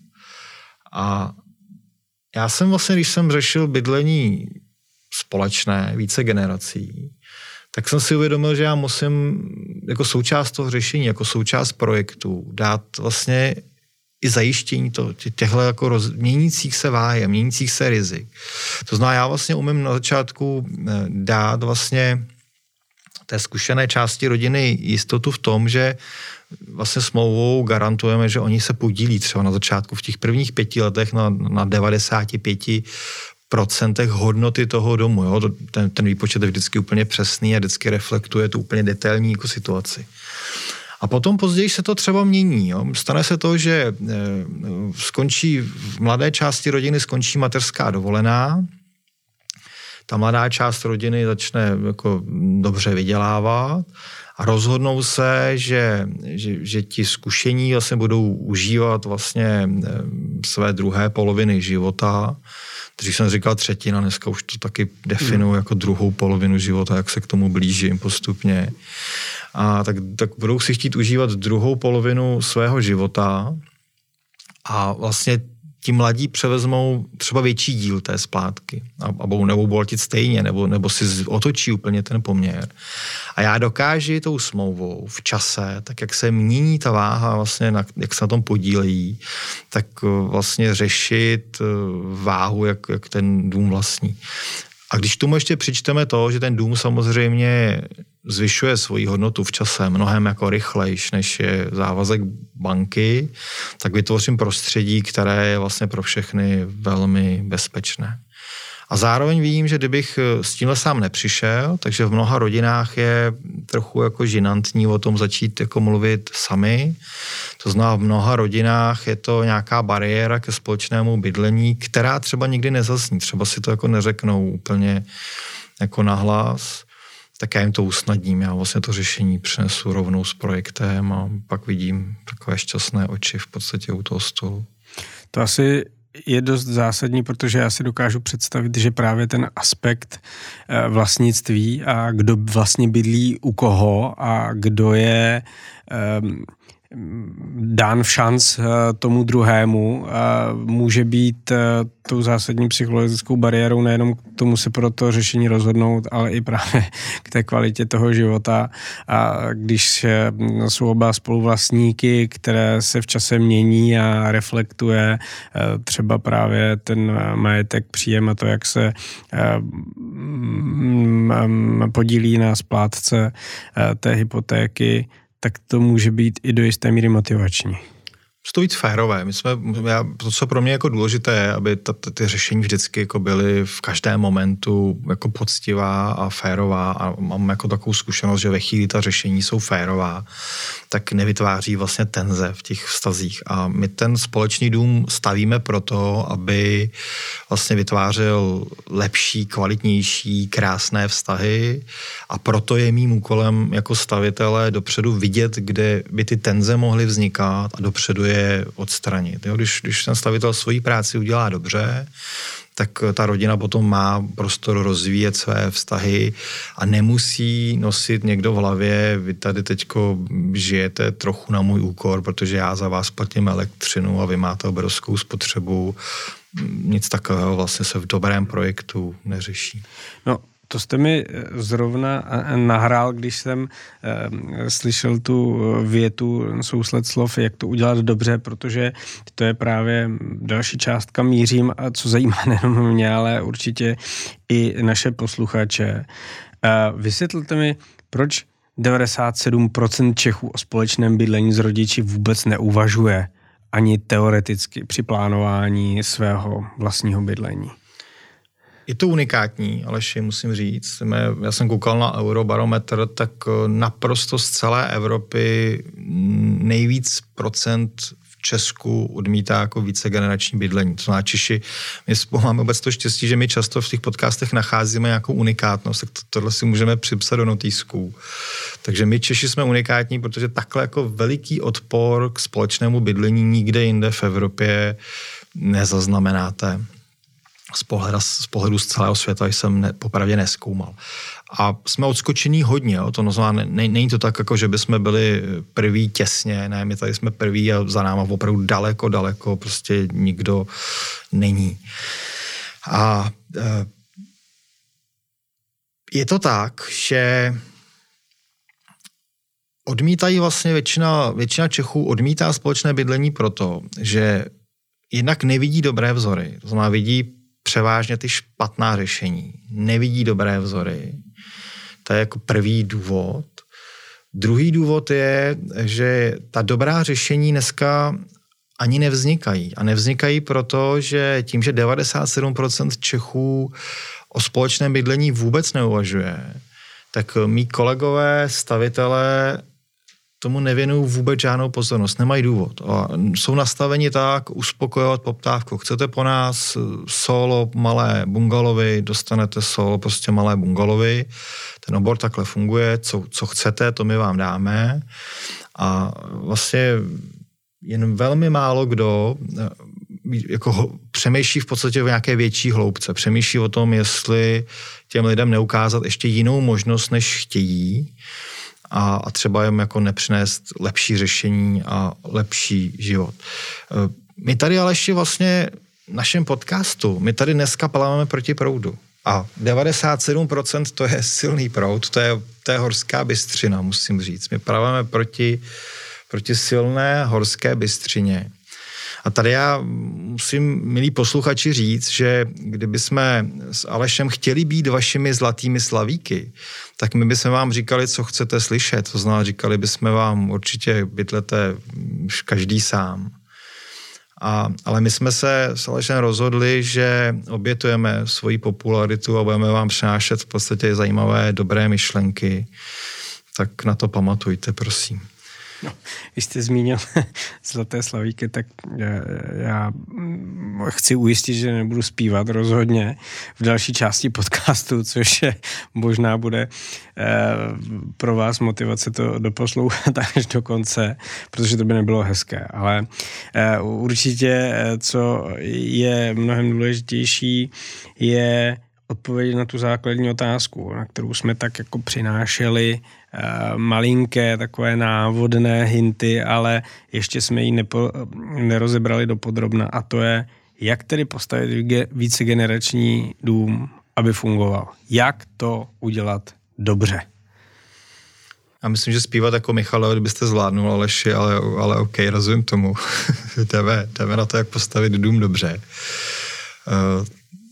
A já jsem vlastně, když jsem řešil bydlení společné, více generací, tak jsem si uvědomil, že já musím jako součást toho řešení, jako součást projektu dát vlastně i zajištění to, těchto jako roz, měnících se váhy, měnících se rizik. To znamená, já vlastně umím na začátku dát vlastně té zkušené části rodiny jistotu v tom, že vlastně smlouvou garantujeme, že oni se podílí třeba na začátku v těch prvních pěti letech na, na devadesát pět procent hodnoty toho domu. Jo? Ten, ten výpočet je vždycky úplně přesný a vždycky reflektuje tu úplně detailní jako situaci. A potom později se to třeba mění. Jo? Stane se to, že e, skončí v mladé části rodiny skončí mateřská dovolená, ta mladá část rodiny začne jako dobře vydělávat a rozhodnou se, že, že, že ti zkušení vlastně budou užívat vlastně své druhé poloviny života. Dřív jsem říkal třetina, dneska už to taky definuji jako druhou polovinu života, jak se k tomu blížím postupně. A tak, tak budou si chtít užívat druhou polovinu svého života a vlastně ti mladí převezmou třeba větší díl té splátky a, a budou, nebo budou platit stejně, nebo, nebo si otočí úplně ten poměr. A já dokážu tou smlouvou v čase, tak jak se mění ta váha, vlastně na, jak se na tom podílejí, tak vlastně řešit váhu, jak, jak ten dům vlastní. A když tomu ještě přičteme to, že ten dům samozřejmě zvyšuje svoji hodnotu v čase mnohem jako rychlejš, než je závazek banky, tak vytvořím prostředí, které je vlastně pro všechny velmi bezpečné. A zároveň vím, že kdybych s tímhle sám nepřišel, takže v mnoha rodinách je trochu jako žinantní o tom začít jako mluvit sami. To znamená, v mnoha rodinách je to nějaká bariéra ke společnému bydlení, která třeba nikdy nezazní. Třeba si to jako neřeknou úplně jako nahlas. Tak já jim to usnadním. Já vlastně to řešení přinesu rovnou s projektem a pak vidím takové šťastné oči v podstatě u toho stolu. To asi je dost zásadní, protože já si dokážu představit, že právě ten aspekt vlastnictví a kdo vlastně bydlí u koho a kdo je um, dán v šanc tomu druhému může být tou zásadní psychologickou bariérou nejenom k tomu se pro to řešení rozhodnout, ale i právě k té kvalitě toho života. A když jsou oba spoluvlastníky, které se v čase mění a reflektuje třeba právě ten majetek, příjem a to, jak se podílí na splátce té hypotéky, tak to může být i do jisté míry motivační. To víc férové. My jsme, já, to, co pro mě jako důležité je, aby ta, ta, ty řešení vždycky jako byly v každém momentu jako poctivá a férová a mám jako takovou zkušenost, že ve chvíli ta řešení jsou férová, tak nevytváří vlastně tenze v těch vztazích. A my ten společný dům stavíme proto, aby vlastně vytvářel lepší, kvalitnější, krásné vztahy a proto je mým úkolem jako stavitele dopředu vidět, kde by ty tenze mohly vznikat a dopředu je odstranit. Jo, když, když ten stavitel svoji práci udělá dobře, tak ta rodina potom má prostor rozvíjet své vztahy a nemusí nosit někdo v hlavě, vy tady teďko žijete trochu na můj úkor, protože já za vás platím elektřinu a vy máte obrovskou spotřebu. Nic takového vlastně se v dobrém projektu neřeší. No, to jste mi zrovna nahrál, když jsem e, slyšel tu větu, sousled slov, jak to udělat dobře, protože to je právě další část, kam mířím a co zajímá nejenom mě, ale určitě i naše posluchače. E, vysvětlete mi, proč devadesát sedm procent Čechů o společném bydlení s rodiči vůbec neuvažuje ani teoreticky při plánování svého vlastního bydlení. Je to unikátní, Aleši, musím říct. Já jsem koukal na Eurobarometr, tak naprosto z celé Evropy nejvíc procent v Česku odmítá jako vícegenerační bydlení. To znamená Češi, my máme vůbec to štěstí, že my často v těch podcastech nacházíme nějakou unikátnost, tak to, tohle si můžeme připsat do notýsků. Takže my Češi jsme unikátní, protože takhle jako veliký odpor k společnému bydlení nikde jinde v Evropě nezaznamenáte. Z pohledu, z pohledu z celého světa jsem ne, popravdě nezkoumal. A jsme odskočení hodně, jo? To znamená, ne, není to tak, jako že bychom byli prví těsně, ne, my tady jsme prví a za náma opravdu daleko, daleko prostě nikdo není. A e, je to tak, že odmítají vlastně většina, většina Čechů odmítá společné bydlení proto, že jednak nevidí dobré vzory, to znamená vidí převážně ty špatná řešení. Nevidí dobré vzory. To je jako první důvod. Druhý důvod je, že ta dobrá řešení dneska ani nevznikají. A nevznikají proto, že tím, že devadesát sedm procent Čechů o společném bydlení vůbec neuvažuje, tak mý kolegové, stavitelé tomu nevěnují vůbec žádnou pozornost, nemají důvod. A jsou nastaveni tak uspokojovat poptávku. Chcete po nás solo malé bungalovy, dostanete solo prostě malé bungalovy. Ten obor takhle funguje, co, co chcete, to my vám dáme. A vlastně jen velmi málo kdo jako přemýšlí v podstatě o nějaké větší hloubce. Přemýšlí o tom, jestli těm lidem neukázat ještě jinou možnost, než chtějí. A, a třeba jim jako nepřinést lepší řešení a lepší život. My tady ale ještě vlastně v našem podcastu, my tady dneska plaváme proti proudu. A devadesát sedm procent to je silný proud, to je, to je horská bystřina, musím říct. My plaváme proti, proti silné horské bystřině. A tady já musím, milí posluchači, říct, že kdyby jsme s Alešem chtěli být vašimi zlatými slavíky, tak my bychom vám říkali, co chcete slyšet. To znamená, říkali bychom vám určitě bydlete každý sám. A, ale my jsme se s Alešem rozhodli, že obětujeme svoji popularitu a budeme vám přinášet v podstatě zajímavé, dobré myšlenky. Tak na to pamatujte, prosím. No, když jste zmínil zlaté slavíky, tak já, já chci ujistit, že nebudu zpívat rozhodně v další části podcastu, což je, možná bude eh, pro vás motivace to doposlouchat až do konce, protože to by nebylo hezké. Ale eh, určitě, co je mnohem důležitější, je odpovědět na tu základní otázku, na kterou jsme tak jako přinášeli uh, malinké, takové návodné hinty, ale ještě jsme ji nepo, nerozebrali dopodrobna, a to je, jak tedy postavit vícegenerační dům, aby fungoval. Jak to udělat dobře? Já myslím, že zpívat jako Michal, kdybyste zvládnul, Aleši, ale, ale OK, rozumím tomu. jdeme, jdeme na to, jak postavit dům dobře. Uh,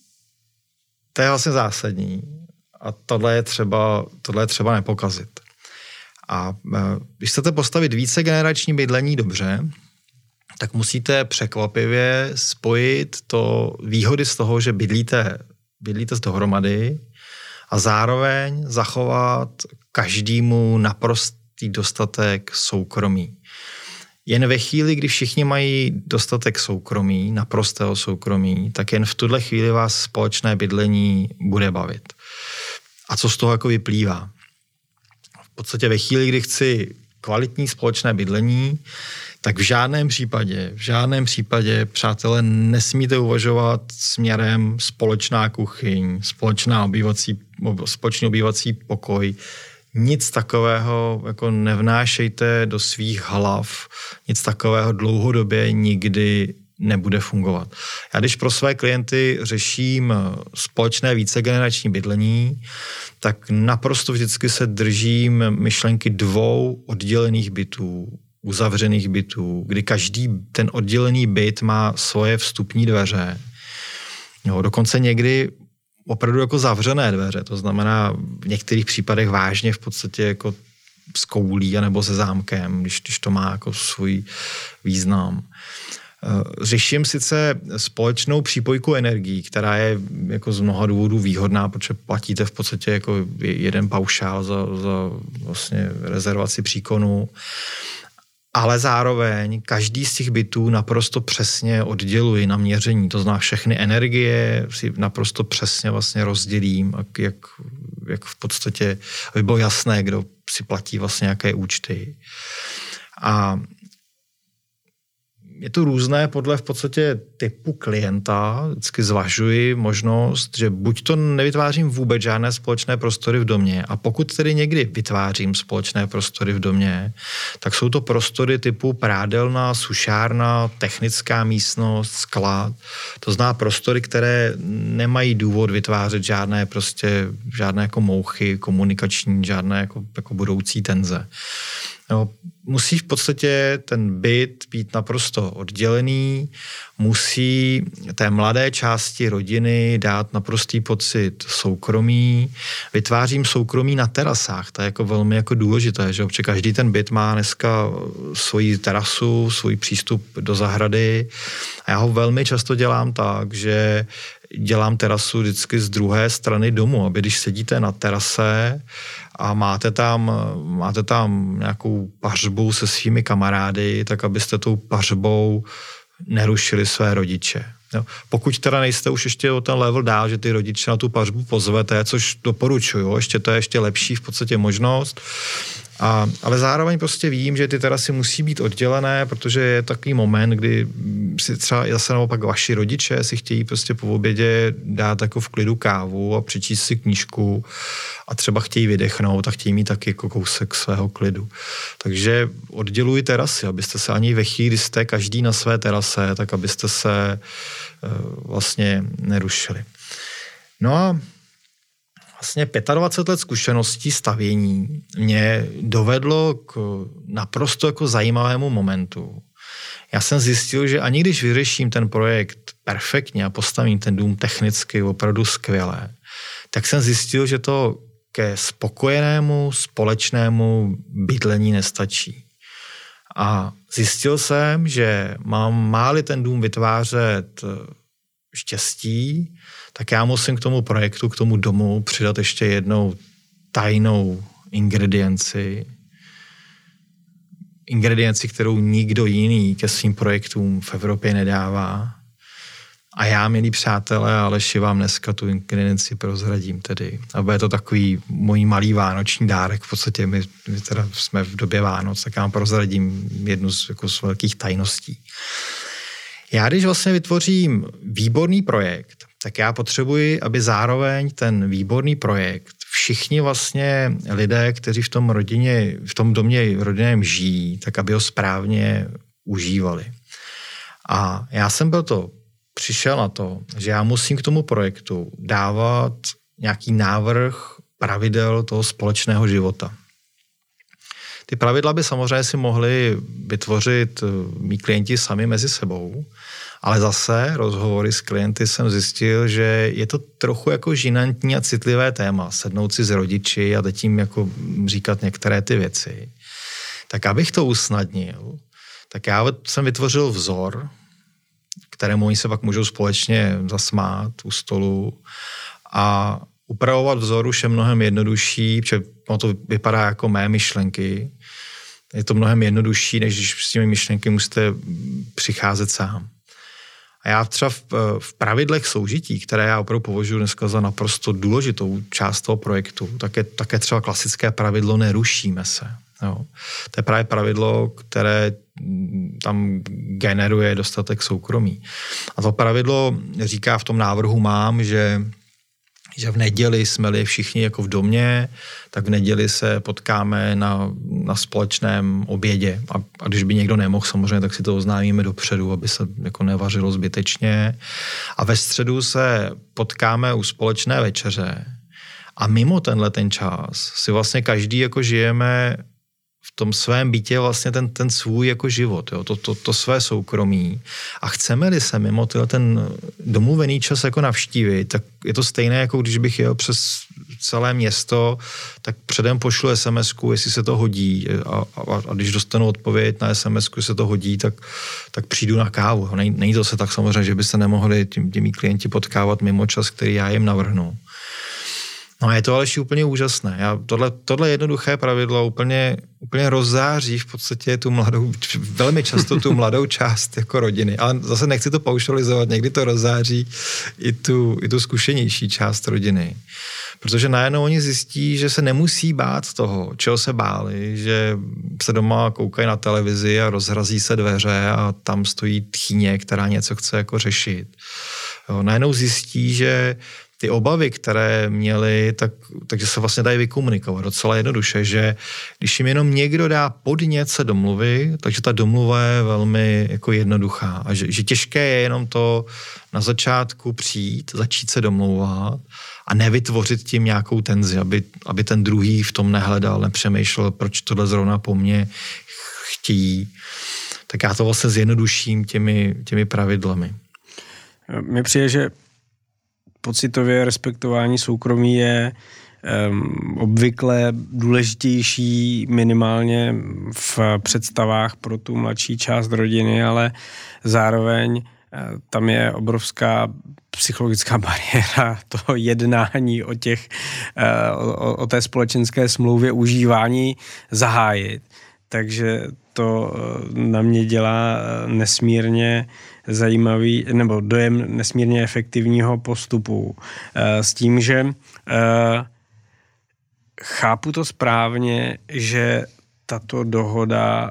To je vlastně zásadní a tohle je třeba, tohle je třeba nepokazit. A když chcete postavit vícegenerační bydlení dobře, tak musíte překvapivě spojit to výhody z toho, že bydlíte, bydlíte z dohromady a zároveň zachovat každému naprostý dostatek soukromí. Jen ve chvíli, kdy všichni mají dostatek soukromí, naprostého soukromí, tak jen v tuhle chvíli vás společné bydlení bude bavit. A co z toho jako vyplývá? V podstatě ve chvíli, kdy chci kvalitní společné bydlení, tak v žádném případě, v žádném případě, přátelé, nesmíte uvažovat směrem společná kuchyň, společná obývací, společný obývací pokoj. Nic takového jako nevnášejte do svých hlav, nic takového dlouhodobě nikdy nebude fungovat. Já když pro své klienty řeším společné vícegenerační bydlení, tak naprosto vždycky se držím myšlenky dvou oddělených bytů, uzavřených bytů, kdy každý ten oddělený byt má svoje vstupní dveře. Jo, dokonce někdy opravdu jako zavřené dveře, to znamená v některých případech vážně v podstatě jako s koulí anebo se zámkem, když, když to má jako svůj význam. Řeším sice společnou přípojku energií, která je jako z mnoha důvodů výhodná, protože platíte v podstatě jako jeden paušál za, za vlastně rezervaci příkonu, ale zároveň každý z těch bytů naprosto přesně odděluji na měření. To znamená, všechny energie si naprosto přesně vlastně rozdělím, jak, jak, jak v podstatě, aby bylo jasné, kdo si platí vlastně nějaké účty. A je to různé podle v podstatě typu klienta. Vždycky zvažuji možnost, že buď to nevytvářím vůbec žádné společné prostory v domě a pokud tedy někdy vytvářím společné prostory v domě, tak jsou to prostory typu prádelna, sušárna, technická místnost, sklad. To znamená prostory, které nemají důvod vytvářet žádné prostě, žádné jako mouchy komunikační, žádné jako, jako budoucí tenze. No, musí v podstatě ten byt být naprosto oddělený, musí té mladé části rodiny dát naprostý pocit soukromí. Vytvářím soukromí na terasách, to je jako velmi jako důležité, že protože každý ten byt má dneska svoji terasu, svůj přístup do zahrady a já ho velmi často dělám tak, že dělám terasu vždycky z druhé strany domu, aby když sedíte na terase a máte tam, máte tam nějakou pařbu se svými kamarády, tak abyste tou pařbou nerušili své rodiče. Jo. Pokud teda nejste už ještě o ten level dál, že ty rodiče na tu pařbu pozvete, což doporučuju, ještě to je ještě lepší v podstatě možnost, a, ale zároveň prostě vím, že ty terasy musí být oddělené, protože je takový moment, kdy si třeba zase naopak vaši rodiče si chtějí prostě po obědě dát jako v klidu kávu a přečíst si knížku a třeba chtějí vydechnout a chtějí mít taky jako kousek svého klidu. Takže odděluji terasy, abyste se ani ve chvíli, kdy jste každý na své terase, tak abyste se uh, vlastně nerušili. No a vlastně dvacet pět let zkušeností stavění mě dovedlo k naprosto jako zajímavému momentu. Já jsem zjistil, že ani když vyřeším ten projekt perfektně a postavím ten dům technicky opravdu skvěle, tak jsem zjistil, že to ke spokojenému společnému bydlení nestačí. A zjistil jsem, že mám máli ten dům vytvářet štěstí, tak já musím k tomu projektu, k tomu domu přidat ještě jednou tajnou ingredienci. Ingredienci, kterou nikdo jiný ke svým projektům v Evropě nedává. A já, milí přátelé, Aleši, vám dneska tu ingredienci prozradím tedy. A bude to takový můj malý vánoční dárek. V podstatě my, my teda jsme v době Vánoc, tak já vám prozradím jednu z, jako z velkých tajností. Já, když vlastně vytvořím výborný projekt, tak já potřebuji, aby zároveň ten výborný projekt všichni vlastně lidé, kteří v tom rodině, v tom domě rodinném žijí, tak aby ho správně užívali. A já jsem byl to, přišel na to, že já musím k tomu projektu dávat nějaký návrh pravidel toho společného života. Ty pravidla by samozřejmě si mohli vytvořit mý klienti sami mezi sebou, ale zase rozhovory s klienty jsem zjistil, že je to trochu jako žinantní a citlivé téma, sednout si s rodiči a teď jim jako říkat některé ty věci. Tak abych to usnadnil, tak já jsem vytvořil vzor, kterému oni se pak můžou společně zasmát u stolu a upravovat vzor už je mnohem jednodušší, protože to vypadá jako mé myšlenky. Je to mnohem jednodušší, než když s těmi myšlenky musíte přicházet sám. A já třeba v, v pravidlech soužití, které já opravdu považuji dneska za naprosto důležitou část toho projektu, tak je také třeba klasické pravidlo nerušíme se. Jo. To je právě pravidlo, které tam generuje dostatek soukromí. A to pravidlo říká v tom návrhu mám, že že v neděli jsme-li všichni jako v domě, tak v neděli se potkáme na, na společném obědě. A, a když by někdo nemohl, samozřejmě, tak si to oznámíme dopředu, aby se jako nevařilo zbytečně. A ve středu se potkáme u společné večeře. A mimo tenhle ten čas si vlastně každý jako žijeme v tom svém bytě vlastně ten, ten svůj jako život, jo? To, to, to své soukromí. A chceme-li se mimo ten domluvený čas jako navštívit, tak je to stejné, jako když bych jel přes celé město, tak předem pošlu es em esku, jestli se to hodí. A, a, a když dostanu odpověď na es em esku, jestli se to hodí, tak, tak přijdu na kávu. Nej, není to se tak samozřejmě, že byste nemohli tím, těmi klienti potkávat mimo čas, který já jim navrhnu. No a je to ale úplně úžasné. Já tohle, tohle jednoduché pravidlo úplně, úplně rozzáří v podstatě tu mladou, velmi často tu mladou část jako rodiny. Ale zase nechci to paušalizovat, někdy to rozzáří i tu, i tu zkušenější část rodiny. Protože najednou oni zjistí, že se nemusí bát toho, čeho se báli, že se doma koukají na televizi a rozhrazí se dveře a tam stojí tchýně, která něco chce jako řešit. Jo, najednou zjistí, že ty obavy, které měli, tak, takže se vlastně dají vykomunikovat docela jednoduše, že když jim jenom někdo dá podnět se domluvy, takže ta domluva je velmi jako jednoduchá a že, že těžké je jenom to na začátku přijít, začít se domlouvat a nevytvořit tím nějakou tenzi, aby, aby ten druhý v tom nehledal, nepřemýšlel, proč tohle zrovna po mně chtějí. Tak já to vlastně zjednoduším těmi, těmi pravidlami. Mně přijde, že pocitově respektování soukromí je um, obvykle důležitější minimálně v představách pro tu mladší část rodiny, ale zároveň uh, tam je obrovská psychologická bariéra toho jednání o, těch, uh, o, o té společenské smlouvě užívání zahájit. Takže to na mě dělá nesmírně zajímavý, nebo dojem nesmírně efektivního postupu. S tím, že chápu to správně, že tato dohoda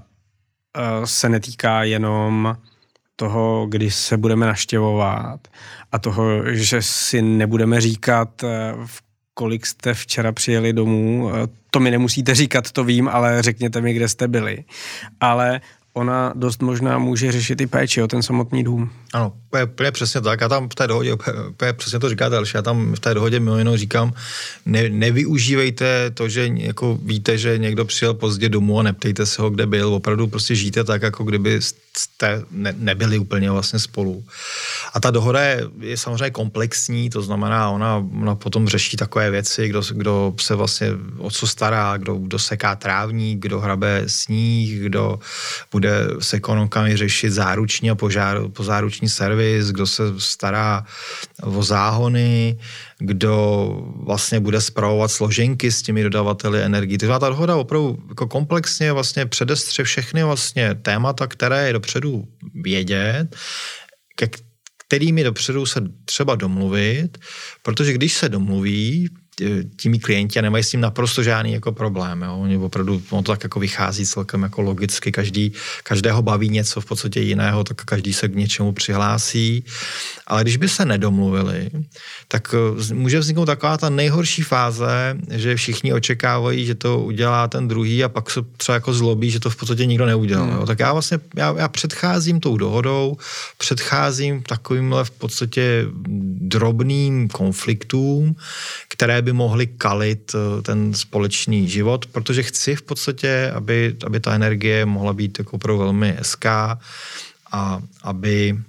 se netýká jenom toho, kdy se budeme navštěvovat a toho, že si nebudeme říkat, v kolik jste včera přijeli domů. To mi nemusíte říkat, to vím, ale řekněte mi, kde jste byli. Ale ona dost možná může řešit i péči o ten samotný dům. Ano, úplně přesně tak. Já tam v té dohodě, úplně přesně to říkáte, ale já tam v té dohodě mimo jinou říkám, ne, nevyužívejte to, že jako víte, že někdo přijel pozdě domů a neptejte se ho, kde byl. Opravdu prostě žijte tak, jako kdyby jste ne, nebyli úplně vlastně spolu. A ta dohoda je, je samozřejmě komplexní, to znamená, ona, ona potom řeší takové věci, kdo, kdo se vlastně o co stará, kdo, kdo seká trávník, kdo hrabe sníh, kdo bude s ekonomkami řešit záruční a požár, pozáruční servis, kdo se stará o záhony, kdo vlastně bude spravovat složenky s těmi dodavateli energií. Ta dohoda opravdu jako komplexně vlastně předestře všechny vlastně témata, které je dopředu vědět, ke kterými dopředu se třeba domluvit, protože když se domluví těmi klienti a nemají s tím naprosto žádný jako problém. Jo. Oni opravdu, on to tak jako vychází celkem jako logicky, každý, každého baví něco v podstatě jiného, tak každý se k něčemu přihlásí. Ale když by se nedomluvili, tak může vzniknout taková ta nejhorší fáze, že všichni očekávají, že to udělá ten druhý a pak se třeba jako zlobí, že to v podstatě nikdo neudělal. Hmm. Jo. Tak já vlastně, já, já předcházím tou dohodou, předcházím takovýmhle v podstatě drobným konfliktům, které by mohly kalit ten společný život, protože chci v podstatě, aby, aby ta energie mohla být jako opravdu velmi hezká a aby,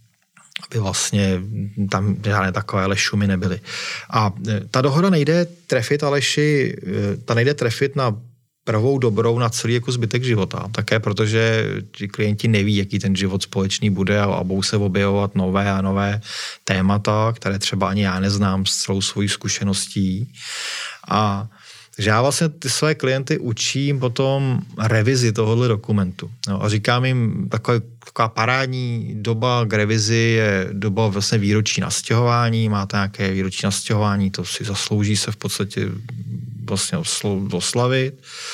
aby vlastně tam žádné takové šumy nebyly. A ta dohoda nejde trefit, Aleši, ta nejde trefit na pravou dobrou na celý jako zbytek života. Také protože ti klienti neví, jaký ten život společný bude a budou se objevovat nové a nové témata, které třeba ani já neznám s celou svojí zkušeností. A takže já vlastně ty své klienty učím potom revizi tohohle dokumentu. No, a říkám jim, taková, taková parádní doba k revizi je doba vlastně výročí nastěhování, máte nějaké výročí nastěhování, to si zaslouží se v podstatě vlastně oslavit.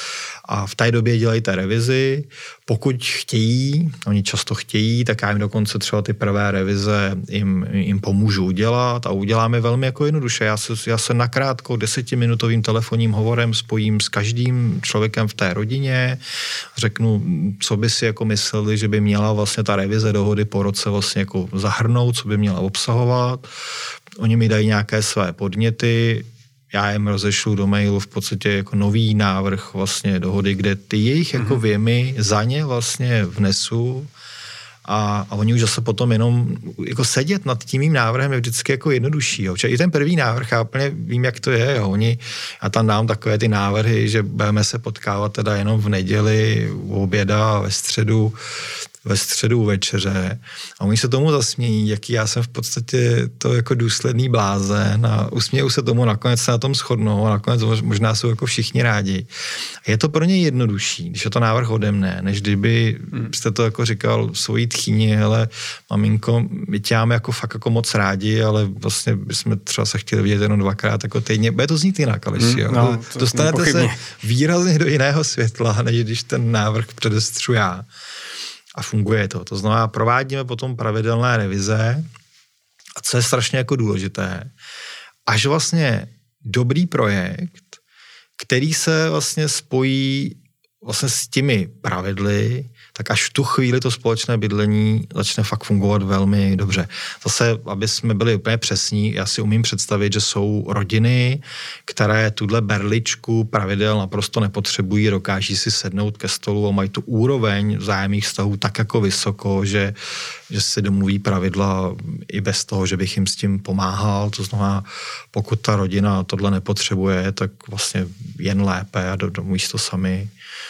a v té době dělají té revizi. Pokud chtějí, oni často chtějí, tak já jim dokonce třeba ty prvé revize jim, jim pomůžu udělat a uděláme velmi jako jednoduše. Já se, já se nakrátko desetiminutovým telefonním hovorem spojím s každým člověkem v té rodině, řeknu, co by si jako mysleli, že by měla vlastně ta revize dohody po roce vlastně jako zahrnout, co by měla obsahovat. Oni mi dají nějaké své podněty, já jim rozešlu do mailu v podstatě jako nový návrh vlastně dohody, kde ty jejich jako věmy za ně vlastně vnesu a, a oni už zase potom jenom jako sedět nad tím mým návrhem je vždycky jako jednodušší. Jo. I ten první návrh, já úplně vím, jak to je. Jo. Oni, já tam dám takové ty návrhy, že budeme se potkávat teda jenom v neděli, u oběda, ve středu, ve středu večeře a oni se tomu zasmějí, jaký já jsem v podstatě to jako důsledný blázen a usmějou se tomu, nakonec se na tom shodnou a nakonec možná jsou jako všichni rádi. Je to pro ně jednodušší, když je to návrh ode mne, než kdyby jste to jako říkal svojí tchýni, hele, maminko, my tě máme jako fakt jako moc rádi, ale vlastně bychom třeba se chtěli vidět jenom dvakrát jako týdně. Bude to znít jinak, Aleši, jo? No, to dostanete se výrazně do jiného světla, než když ten návrh předestřu já. A funguje to. To znamená, provádíme potom pravidelné revize a co je strašně jako důležité, až vlastně dobrý projekt, který se vlastně spojí vlastně s těmi pravidly, tak až v tu chvíli to společné bydlení začne fakt fungovat velmi dobře. Zase, aby jsme byli úplně přesní, já si umím představit, že jsou rodiny, které tuhle berličku pravidel naprosto nepotřebují, dokáží si sednout ke stolu a mají tu úroveň vzájemných vztahů tak jako vysoko, že, že si domluví pravidla i bez toho, že bych jim s tím pomáhal. To znamená, pokud ta rodina tohle nepotřebuje, tak vlastně jen lépe a domluví to sami.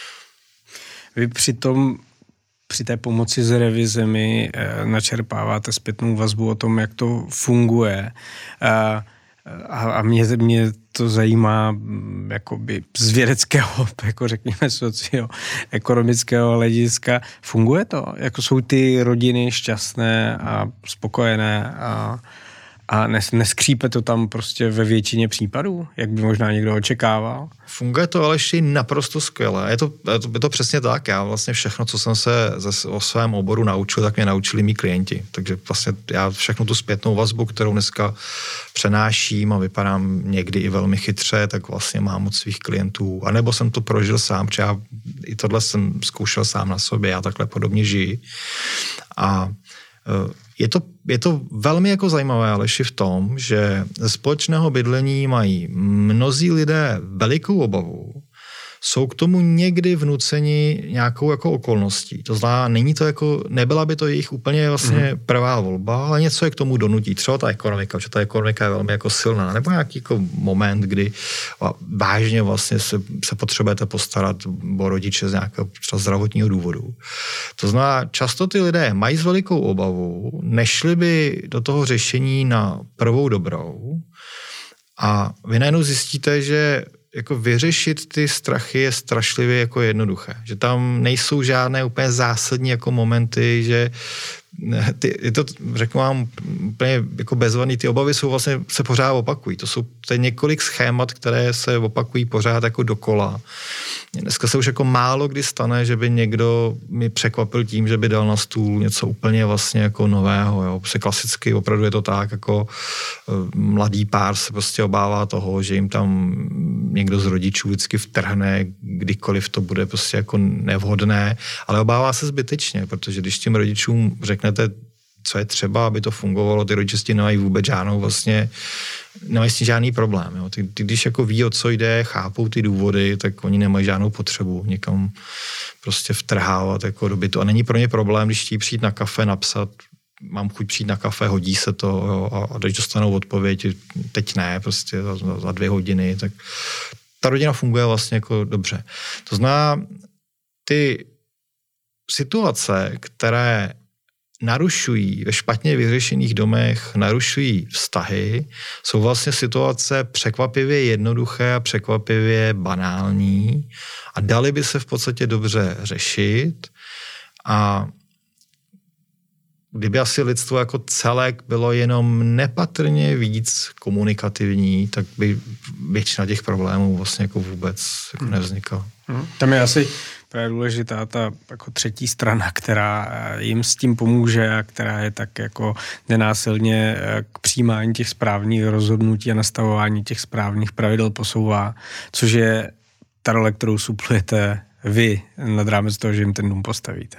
Vy přitom při té pomoci s revizemi e, načerpáváte zpětnou vazbu o tom, jak to funguje. E, a, a mě, mě to zajímá jakoby z vědeckého, jako řekněme socioekonomického hlediska. Funguje to? Jako jsou ty rodiny šťastné a spokojené a, a nes, neskřípe to tam prostě ve většině případů, jak by možná někdo očekával? Funguje to ale ještě naprosto skvěle. Je to, je to, je to přesně tak. Já vlastně všechno, co jsem se ze, o svém oboru naučil, tak mě naučili mý klienti. Takže vlastně já všechno tu zpětnou vazbu, kterou dneska přenáším a vypadám někdy i velmi chytře, tak vlastně mám od svých klientů. A nebo jsem to prožil sám, protože já i tohle jsem zkoušel sám na sobě, já takhle podobně žiji. A je to, je to velmi jako zajímavé, Aleši, v tom, že ze společného bydlení mají mnozí lidé velikou obavu, jsou k tomu někdy vnuceni nějakou jako okolností. To znamená, není to jako, nebyla by to jejich úplně vlastně mm. prvá volba, ale něco je k tomu donutí. Třeba ta ekonomika, že ta ekonomika je velmi jako silná, nebo nějaký jako moment, kdy vážně vlastně se, se potřebujete postarat o rodiče z nějakého třeba zdravotního důvodu. To znamená, často ty lidé mají s velikou obavu, nešli by do toho řešení na prvou dobrou a vy najednou zjistíte, že jako vyřešit ty strachy je strašlivě jako jednoduché. Že tam nejsou žádné úplně zásadní jako momenty, že ty, je to, řeknu vám, úplně jako bezvadný, ty obavy jsou vlastně, se pořád opakují. To jsou to je několik schémat, které se opakují pořád jako dokola. Dneska se už jako málo kdy stane, že by někdo mi překvapil tím, že by dal na stůl něco úplně vlastně jako nového. Jo. Prostě klasicky opravdu je to tak, jako mladý pár se prostě obává toho, že jim tam někdo z rodičů vždycky vtrhne, kdykoliv to bude prostě jako nevhodné, ale obává se zbytečně, protože když těm rodičům řeknete, co je třeba, aby to fungovalo, ty rodiče s tím nemají vůbec žádnou vlastně, nemají s tím žádný problém. Jo. Ty, ty, když jako ví, o co jde, chápou ty důvody, tak oni nemají žádnou potřebu někam prostě vtrhávat jako do bytu. A není pro ně problém, když chtějí přijít na kafe, napsat, mám chuť přijít na kafe, hodí se to, jo, a, a když dostanou odpověď, teď ne, prostě za, za dvě hodiny, tak ta rodina funguje vlastně jako dobře. To znamená, ty situace, které narušují ve špatně vyřešených domech, narušují vztahy, jsou vlastně situace překvapivě jednoduché a překvapivě banální a daly by se v podstatě dobře řešit a kdyby asi lidstvo jako celek bylo jenom nepatrně víc komunikativní, tak by většina těch problémů vlastně jako vůbec jako nevznikala. Hmm. Tam je asi právě důležitá ta jako třetí strana, která jim s tím pomůže a která je tak jako nenásilně k přijímání těch správných rozhodnutí a nastavování těch správných pravidel posouvá, což je ta role, kterou suplujete vy nad rámec toho, že jim ten dům postavíte.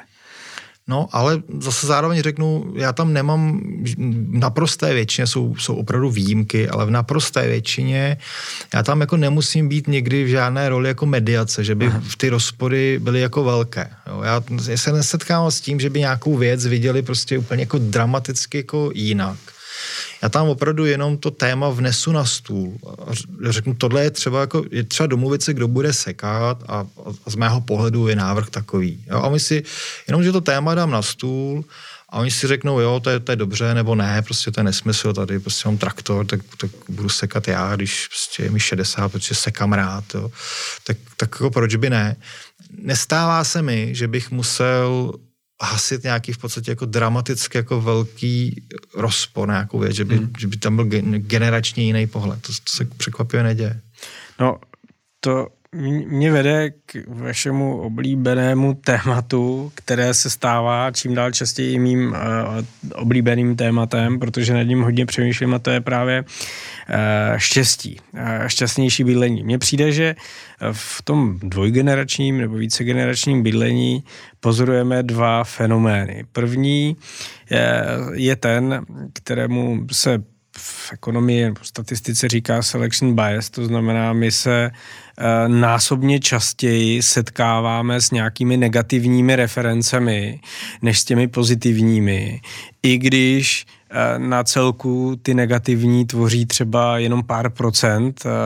No, ale zase zároveň řeknu, já tam nemám, v naprosté většině jsou, jsou opravdu výjimky, ale v naprosté většině já tam jako nemusím být nikdy v žádné roli jako mediace, že by v ty rozpory byly jako velké. Jo, já, já se nesetkám s tím, že by nějakou věc viděli prostě úplně jako dramaticky jako jinak. Já tam opravdu jenom to téma vnesu na stůl a řeknu, tohle je třeba jako, je třeba domluvit se, kdo bude sekat a, a z mého pohledu je návrh takový. Jo? A my si, jenom, že to téma dám na stůl a oni si řeknou, jo, to je, to je dobře, nebo ne, prostě to je nesmysl, tady prostě mám traktor, tak, tak budu sekat já, když prostě je mi šedesát, protože sekám rád, jo? Tak, tak jako proč by ne? Nestává se mi, že bych musel hasit nějaký v podstatě jako dramaticky jako velký rozpor, nějakou věc, že by, hmm. že by tam byl generačně jiný pohled. To, to se překvapivě neděje. No, to mě vede k vašemu oblíbenému tématu, které se stává čím dál častěji mým uh, oblíbeným tématem, protože nad ním hodně přemýšlím a to je právě uh, štěstí, uh, šťastnější bydlení. Mně přijde, že v tom dvojgeneračním nebo vícegeneračním bydlení pozorujeme dva fenomény. První je, je ten, kterému se v ekonomii nebo statistice říká selection bias, to znamená, my se e, násobně častěji setkáváme s nějakými negativními referencemi, než s těmi pozitivními, i když e, na celku ty negativní tvoří třeba jenom pár procent e,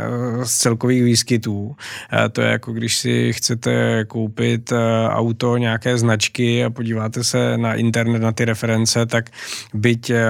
z celkových výskytů. E, to je jako když si chcete koupit e, auto nějaké značky a podíváte se na internet na ty reference, tak byť e,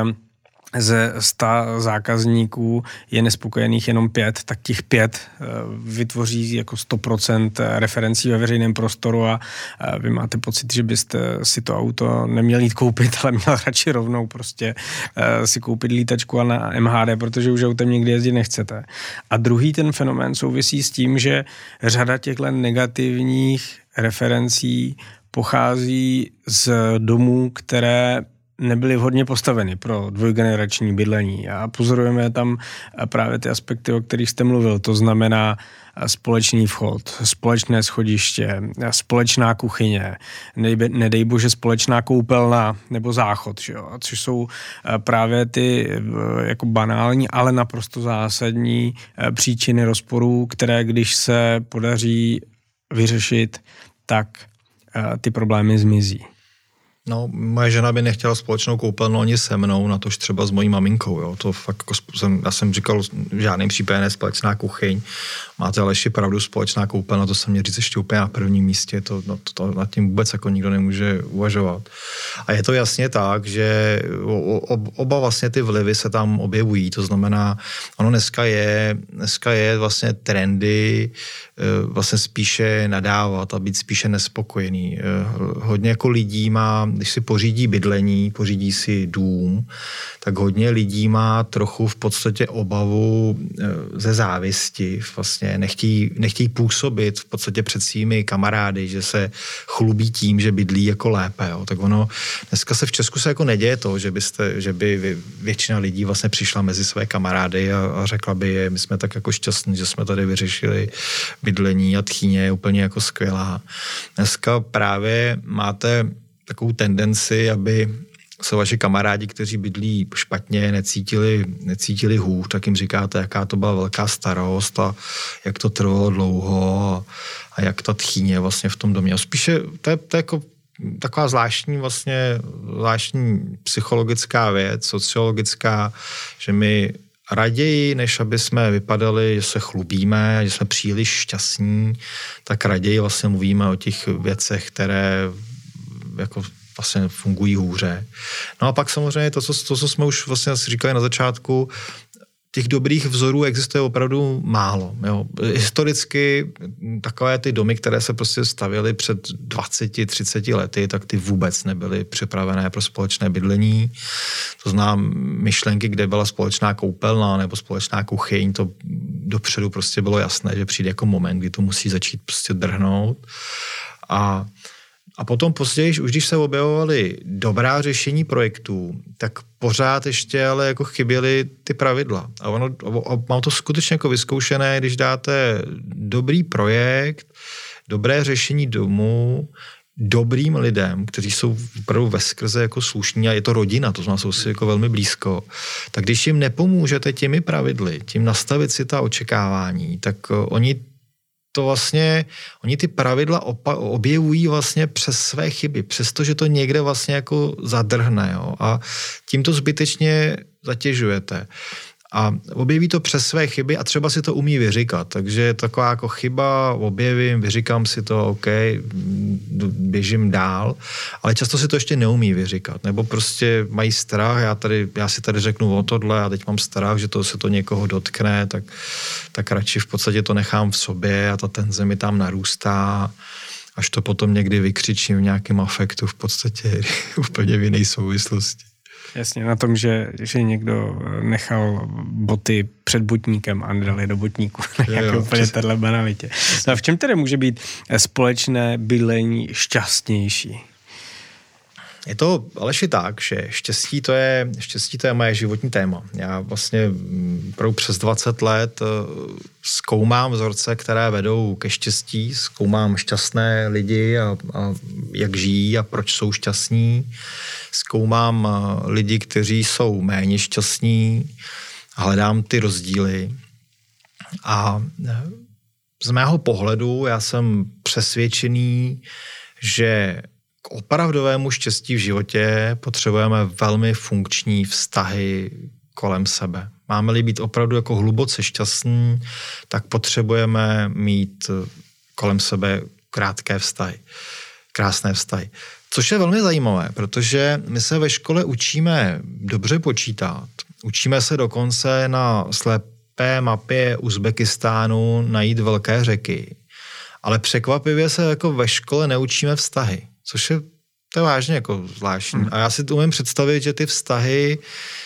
ze sta zákazníků je nespokojených jenom pět, tak těch pět vytvoří jako sto procent referencí ve veřejném prostoru a vy máte pocit, že byste si to auto neměli jít koupit, ale měl radši rovnou prostě si koupit lítačku a na M H D, protože už autem nikdy jezdit nechcete. A druhý ten fenomén souvisí s tím, že řada těchto negativních referencí pochází z domů, které nebyly vhodně postaveny pro dvojgenerační bydlení a pozorujeme tam právě ty aspekty, o kterých jste mluvil, to znamená společný vchod, společné schodiště, společná kuchyně, nedej bože společná koupelna nebo záchod, že jo? Což jsou právě ty jako banální, ale naprosto zásadní příčiny rozporů, které když se podaří vyřešit, tak ty problémy zmizí. No, moje žena by nechtěla společnou koupelnu ani se mnou, natož třeba s mojí maminkou, jo. To fakt, jako jsem, já jsem říkal, v žádném případě ne společná kuchyň. Máte ale ještě pravdu, společná koupelna, to se mě říct ještě úplně na prvním místě, to, no, to, to nad tím vůbec jako nikdo nemůže uvažovat. A je to jasně tak, že oba vlastně ty vlivy se tam objevují, to znamená, ono dneska je, dneska je vlastně trendy vlastně spíše nadávat a být spíše nespokojený. Hodně jako lidí má, když si pořídí bydlení, pořídí si dům, tak hodně lidí má trochu v podstatě obavu ze závisti. Vlastně nechtějí, nechtějí působit v podstatě před svými kamarády, že se chlubí tím, že bydlí jako lépe. Jo. Tak ono, dneska se v Česku se jako neděje to, že, byste, že by většina lidí vlastně přišla mezi své kamarády a, a řekla by je, my jsme tak jako šťastní, že jsme tady vyřešili bydlení a tchýně je úplně jako skvělá. Dneska právě máte takovou tendenci, aby se vaši kamarádi, kteří bydlí špatně, necítili, necítili hůř, tak jim říkáte, jaká to byla velká starost a jak to trvalo dlouho a, a jak ta tchýně vlastně v tom domě. A spíše to je, to je jako taková zvláštní vlastně zvláštní psychologická věc, sociologická, že my raději, než aby jsme vypadali, že se chlubíme, že jsme příliš šťastní, tak raději vlastně mluvíme o těch věcech, které jako vlastně fungují hůře. No a pak samozřejmě to, co, to, co jsme už vlastně říkali na začátku, těch dobrých vzorů existuje opravdu málo. Jo. Historicky takové ty domy, které se prostě stavěly před dvaceti třiceti lety, tak ty vůbec nebyly připravené pro společné bydlení. To znám myšlenky, kde byla společná koupelna nebo společná kuchyň, to dopředu prostě bylo jasné, že přijde jako moment, kdy to musí začít prostě drhnout. A A potom později, už když se objevovaly dobrá řešení projektů, tak pořád ještě ale jako chyběly ty pravidla. A ono, a mám to skutečně jako vyzkoušené, když dáte dobrý projekt, dobré řešení domu, dobrým lidem, kteří jsou opravdu veskrze jako slušní a je to rodina, to znamená, jsou si jako velmi blízko, tak když jim nepomůžete těmi pravidly, tím nastavit si ta očekávání, tak oni to vlastně, oni ty pravidla opa- objevují vlastně přes své chyby, přestože to někde vlastně jako zadrhne, jo, a tím to zbytečně zatěžujete. A objeví to přes své chyby a třeba si to umí vyříkat. Takže taková jako chyba, objevím, vyříkám si to, OK, běžím dál, ale často si to ještě neumí vyříkat. Nebo prostě mají strach, já, tady, já si tady řeknu o tohle a teď mám strach, že to se to někoho dotkne, tak, tak radši v podstatě to nechám v sobě a ta tenze mi tam narůstá, až to potom někdy vykřičím v nějakém afektu v podstatě úplně v jiné souvislosti. Jasně, na tom, že, že někdo nechal boty před botníkem a nedal je do botníku. Jako úplně tato banalitě. No a v čem tedy může být společné bydlení šťastnější? Je to, Aleši, tak, že štěstí to je, štěstí to je moje životní téma. Já vlastně pro přes dvacet let zkoumám vzorce, které vedou ke štěstí, zkoumám šťastné lidi a, a jak žijí a proč jsou šťastní. Zkoumám lidi, kteří jsou méně šťastní, hledám ty rozdíly. A z mého pohledu já jsem přesvědčený, že k opravdovému štěstí v životě potřebujeme velmi funkční vztahy kolem sebe. Máme-li být opravdu jako hluboce šťastní, tak potřebujeme mít kolem sebe krátké vztahy, krásné vztahy. Což je velmi zajímavé, protože my se ve škole učíme dobře počítat. Učíme se dokonce na slepé mapě Uzbekistánu najít velké řeky. Ale překvapivě se jako ve škole neučíme vztahy. Což je, to je vážně jako zvláštní. A já si to umím představit, že ty vztahy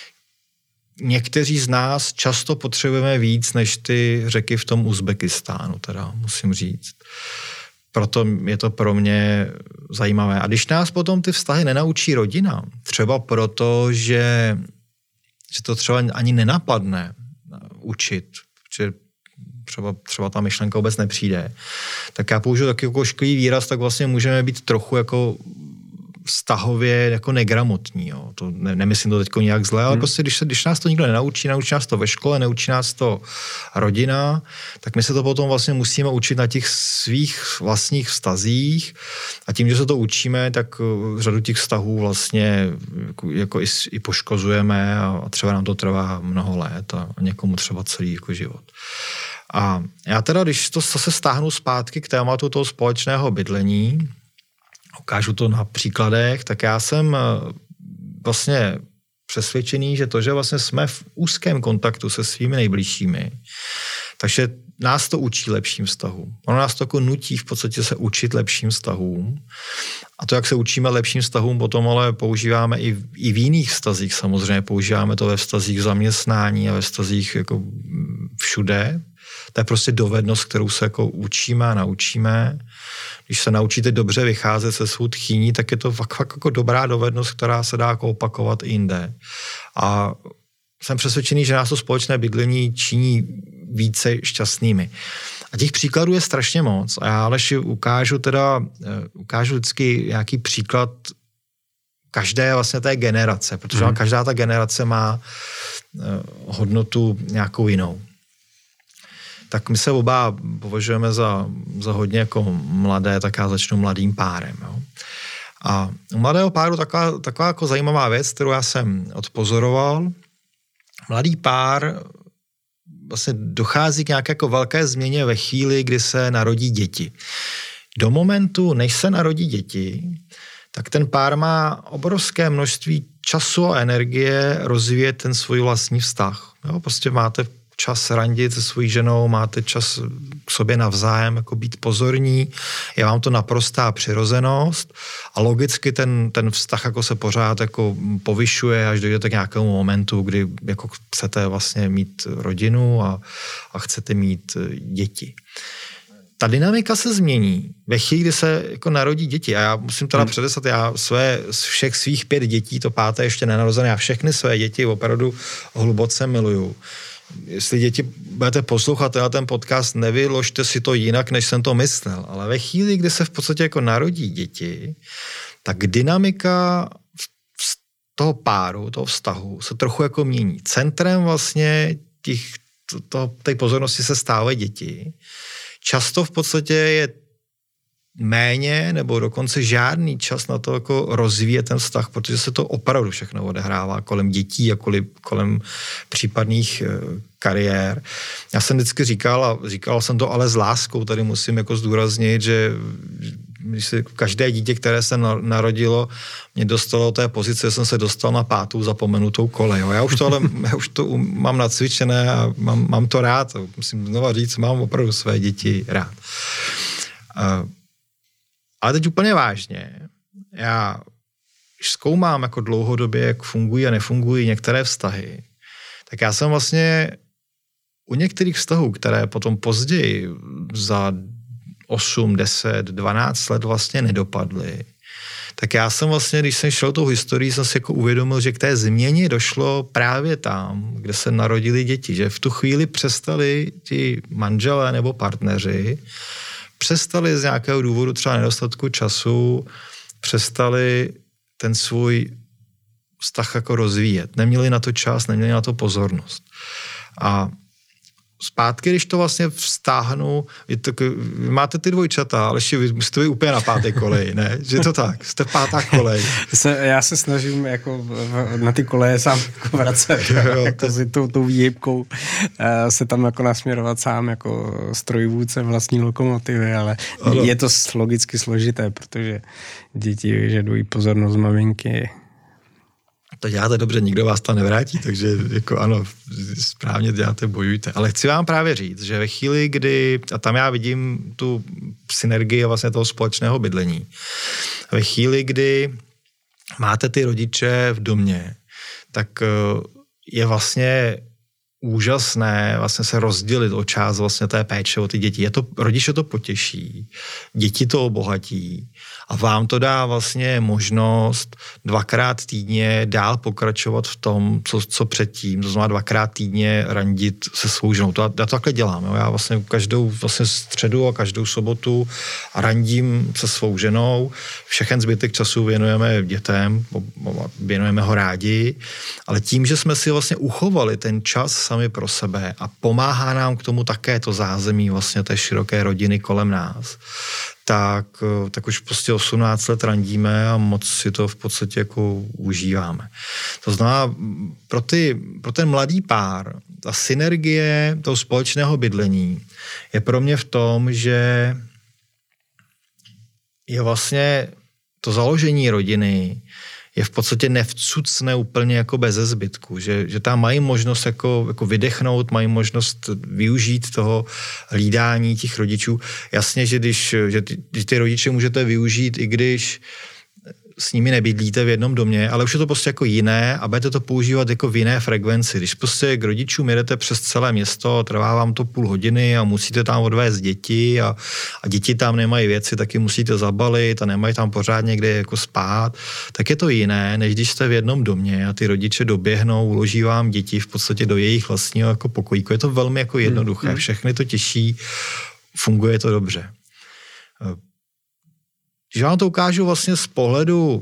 někteří z nás často potřebujeme víc, než ty řeky v tom Uzbekistánu, teda musím říct. Proto je to pro mě zajímavé. A když nás potom ty vztahy nenaučí rodina, třeba proto, že, že to třeba ani nenapadne učit, že Třeba, třeba ta myšlenka vůbec nepřijde, tak já použiju taky jako šklivý výraz, tak vlastně můžeme být trochu jako vztahově jako negramotní. Jo. To ne, nemyslím to teď nějak zle, ale hmm. prostě když, se, když nás to nikdo nenaučí, naučí nás to ve škole, neučí nás to rodina, tak my se to potom vlastně musíme učit na těch svých vlastních vztazích a tím, že se to učíme, tak řadu těch vztahů vlastně jako, jako i, i poškozujeme a třeba nám to trvá mnoho let a někomu třeba celý jako život. A já teda, když to se stáhnu zpátky k tématu toho společného bydlení, ukážu to na příkladech, tak já jsem vlastně přesvědčený, že to, že vlastně jsme v úzkém kontaktu se svými nejbližšími, takže nás to učí lepším vztahům. Ono nás to jako nutí v podstatě se učit lepším vztahům. A to, jak se učíme lepším vztahům, potom ale používáme i v, i v jiných vztazích samozřejmě. Používáme to ve vztazích zaměstnání a ve vztazích jako všude. To je prostě dovednost, kterou se jako učíme a naučíme. Když se naučíte dobře vycházet se svou tchýní, tak je to fakt, fakt jako dobrá dovednost, která se dá jako opakovat i jinde. A jsem přesvědčený, že nás to společné bydlení činí více šťastnými. A těch příkladů je strašně moc. A já Aleši ukážu teda, ukážu vždycky nějaký příklad každé vlastně té generace, protože hmm. každá ta generace má hodnotu nějakou jinou. Tak my se oba považujeme za, za hodně jako mladé, tak já začnu mladým párem. Jo. A u mladého páru taková, taková jako zajímavá věc, kterou já jsem odpozoroval. Mladý pár vlastně dochází k nějaké jako velké změně ve chvíli, kdy se narodí děti. Do momentu, než se narodí děti, tak ten pár má obrovské množství času a energie rozvíjet ten svůj vlastní vztah. Jo, prostě máte čas randit se svojí ženou, máte čas k sobě navzájem jako být pozorní, je vám to naprostá přirozenost a logicky ten, ten vztah jako se pořád jako povyšuje, až dojde k nějakému momentu, kdy jako chcete vlastně mít rodinu a, a chcete mít děti. Ta dynamika se změní ve chvíli, kdy se jako narodí děti. A já musím teda hmm. předeslat, já své, všech svých pět dětí, to páté ještě nenarozené, já všechny své děti opravdu hluboce miluju. Jestli děti budete poslouchat ten podcast, nevyložte si to jinak, než jsem to myslel. Ale ve chvíli, kdy se v podstatě jako narodí děti, tak dynamika toho páru, toho vztahu se trochu jako mění. Centrem vlastně těch, to, to, té pozornosti se stávají děti. Často v podstatě je méně nebo dokonce žádný čas na to jako rozvíjet ten vztah, protože se to opravdu všechno odehrává kolem dětí a kolem, kolem případných e, kariér. Já jsem vždycky říkal, a říkal jsem to ale s láskou, tady musím jako zdůraznit, že každé dítě, které se narodilo, mě dostalo do té pozice, že jsem se dostal na pátou zapomenutou kolej. Já už to ale já už to mám nacvičené a mám, mám to rád. Musím znova říct, mám opravdu své děti rád. Uh, Ale teď úplně vážně. Já zkoumám jako dlouhodobě, jak fungují a nefungují některé vztahy. Tak já jsem vlastně u některých vztahů, které potom později za osm, deset, dvanáct let vlastně nedopadly, tak já jsem vlastně, když jsem šel tou historií, jsem si jako uvědomil, že k té změně došlo právě tam, kde se narodili děti. Že v tu chvíli přestali ti manželé nebo partneři přestali z nějakého důvodu, třeba nedostatku času, přestali ten svůj vztah jako rozvíjet. Neměli na to čas, neměli na to pozornost. A zpátky, když to vlastně vztáhnu, vy máte ty dvojčata, ale ještě vy musíte být úplně na páté koleji, ne? Že je to tak, jste pátá kolej. Já se snažím jako na ty koleje sám jako vracet, jo, jo, jako to... si tou, tou výjibkou se tam jako nasměrovat sám jako strojvůdce vlastní lokomotivy, ale ano. Je to logicky složité, protože děti vyžadují pozornost maminky. To děláte dobře, nikdo vás tam nevrátí, takže jako ano, správně děláte, bojujte. Ale chci vám právě říct, že ve chvíli, kdy, a tam já vidím tu synergii vlastně toho společného bydlení, ve chvíli, kdy máte ty rodiče v domě, tak je vlastně úžasné vlastně se rozdělit o část vlastně té péče o ty děti. Je to, rodiče to potěší, děti to obohatí a vám to dá vlastně možnost dvakrát týdně dál pokračovat v tom, co, co předtím. To znamená dvakrát týdně randit se svou ženou. To, já to takhle dělám. Jo. Já vlastně každou vlastně středu a každou sobotu randím se svou ženou. Všechen zbytek času věnujeme dětem, věnujeme ho rádi, ale tím, že jsme si vlastně uchovali ten čas sami pro sebe a pomáhá nám k tomu také to zázemí vlastně té široké rodiny kolem nás, tak, tak už prostě osmnáct let randíme a moc si to v podstatě jako užíváme. To znamená, pro, ty, pro ten mladý pár ta synergie toho společného bydlení je pro mě v tom, že je vlastně to založení rodiny je v podstatě nevcucne úplně jako beze zbytku, že, že tam mají možnost jako, jako vydechnout, mají možnost využít toho hlídání těch rodičů. Jasně, že když že ty, že ty rodiče můžete využít, i když s nimi nebydlíte v jednom domě, ale už je to prostě jako jiné a budete to používat jako v jiné frekvenci. Když prostě k rodičům jedete přes celé město, trvá vám to půl hodiny a musíte tam odvést děti a, a děti tam nemají věci, taky musíte zabalit a nemají tam pořád někde jako spát, tak je to jiné, než když jste v jednom domě a ty rodiče doběhnou, uloží vám děti v podstatě do jejich vlastního jako pokojíku. Je to velmi jako jednoduché, všechny to těší, funguje to dobře. Když vám to ukážu vlastně z pohledu,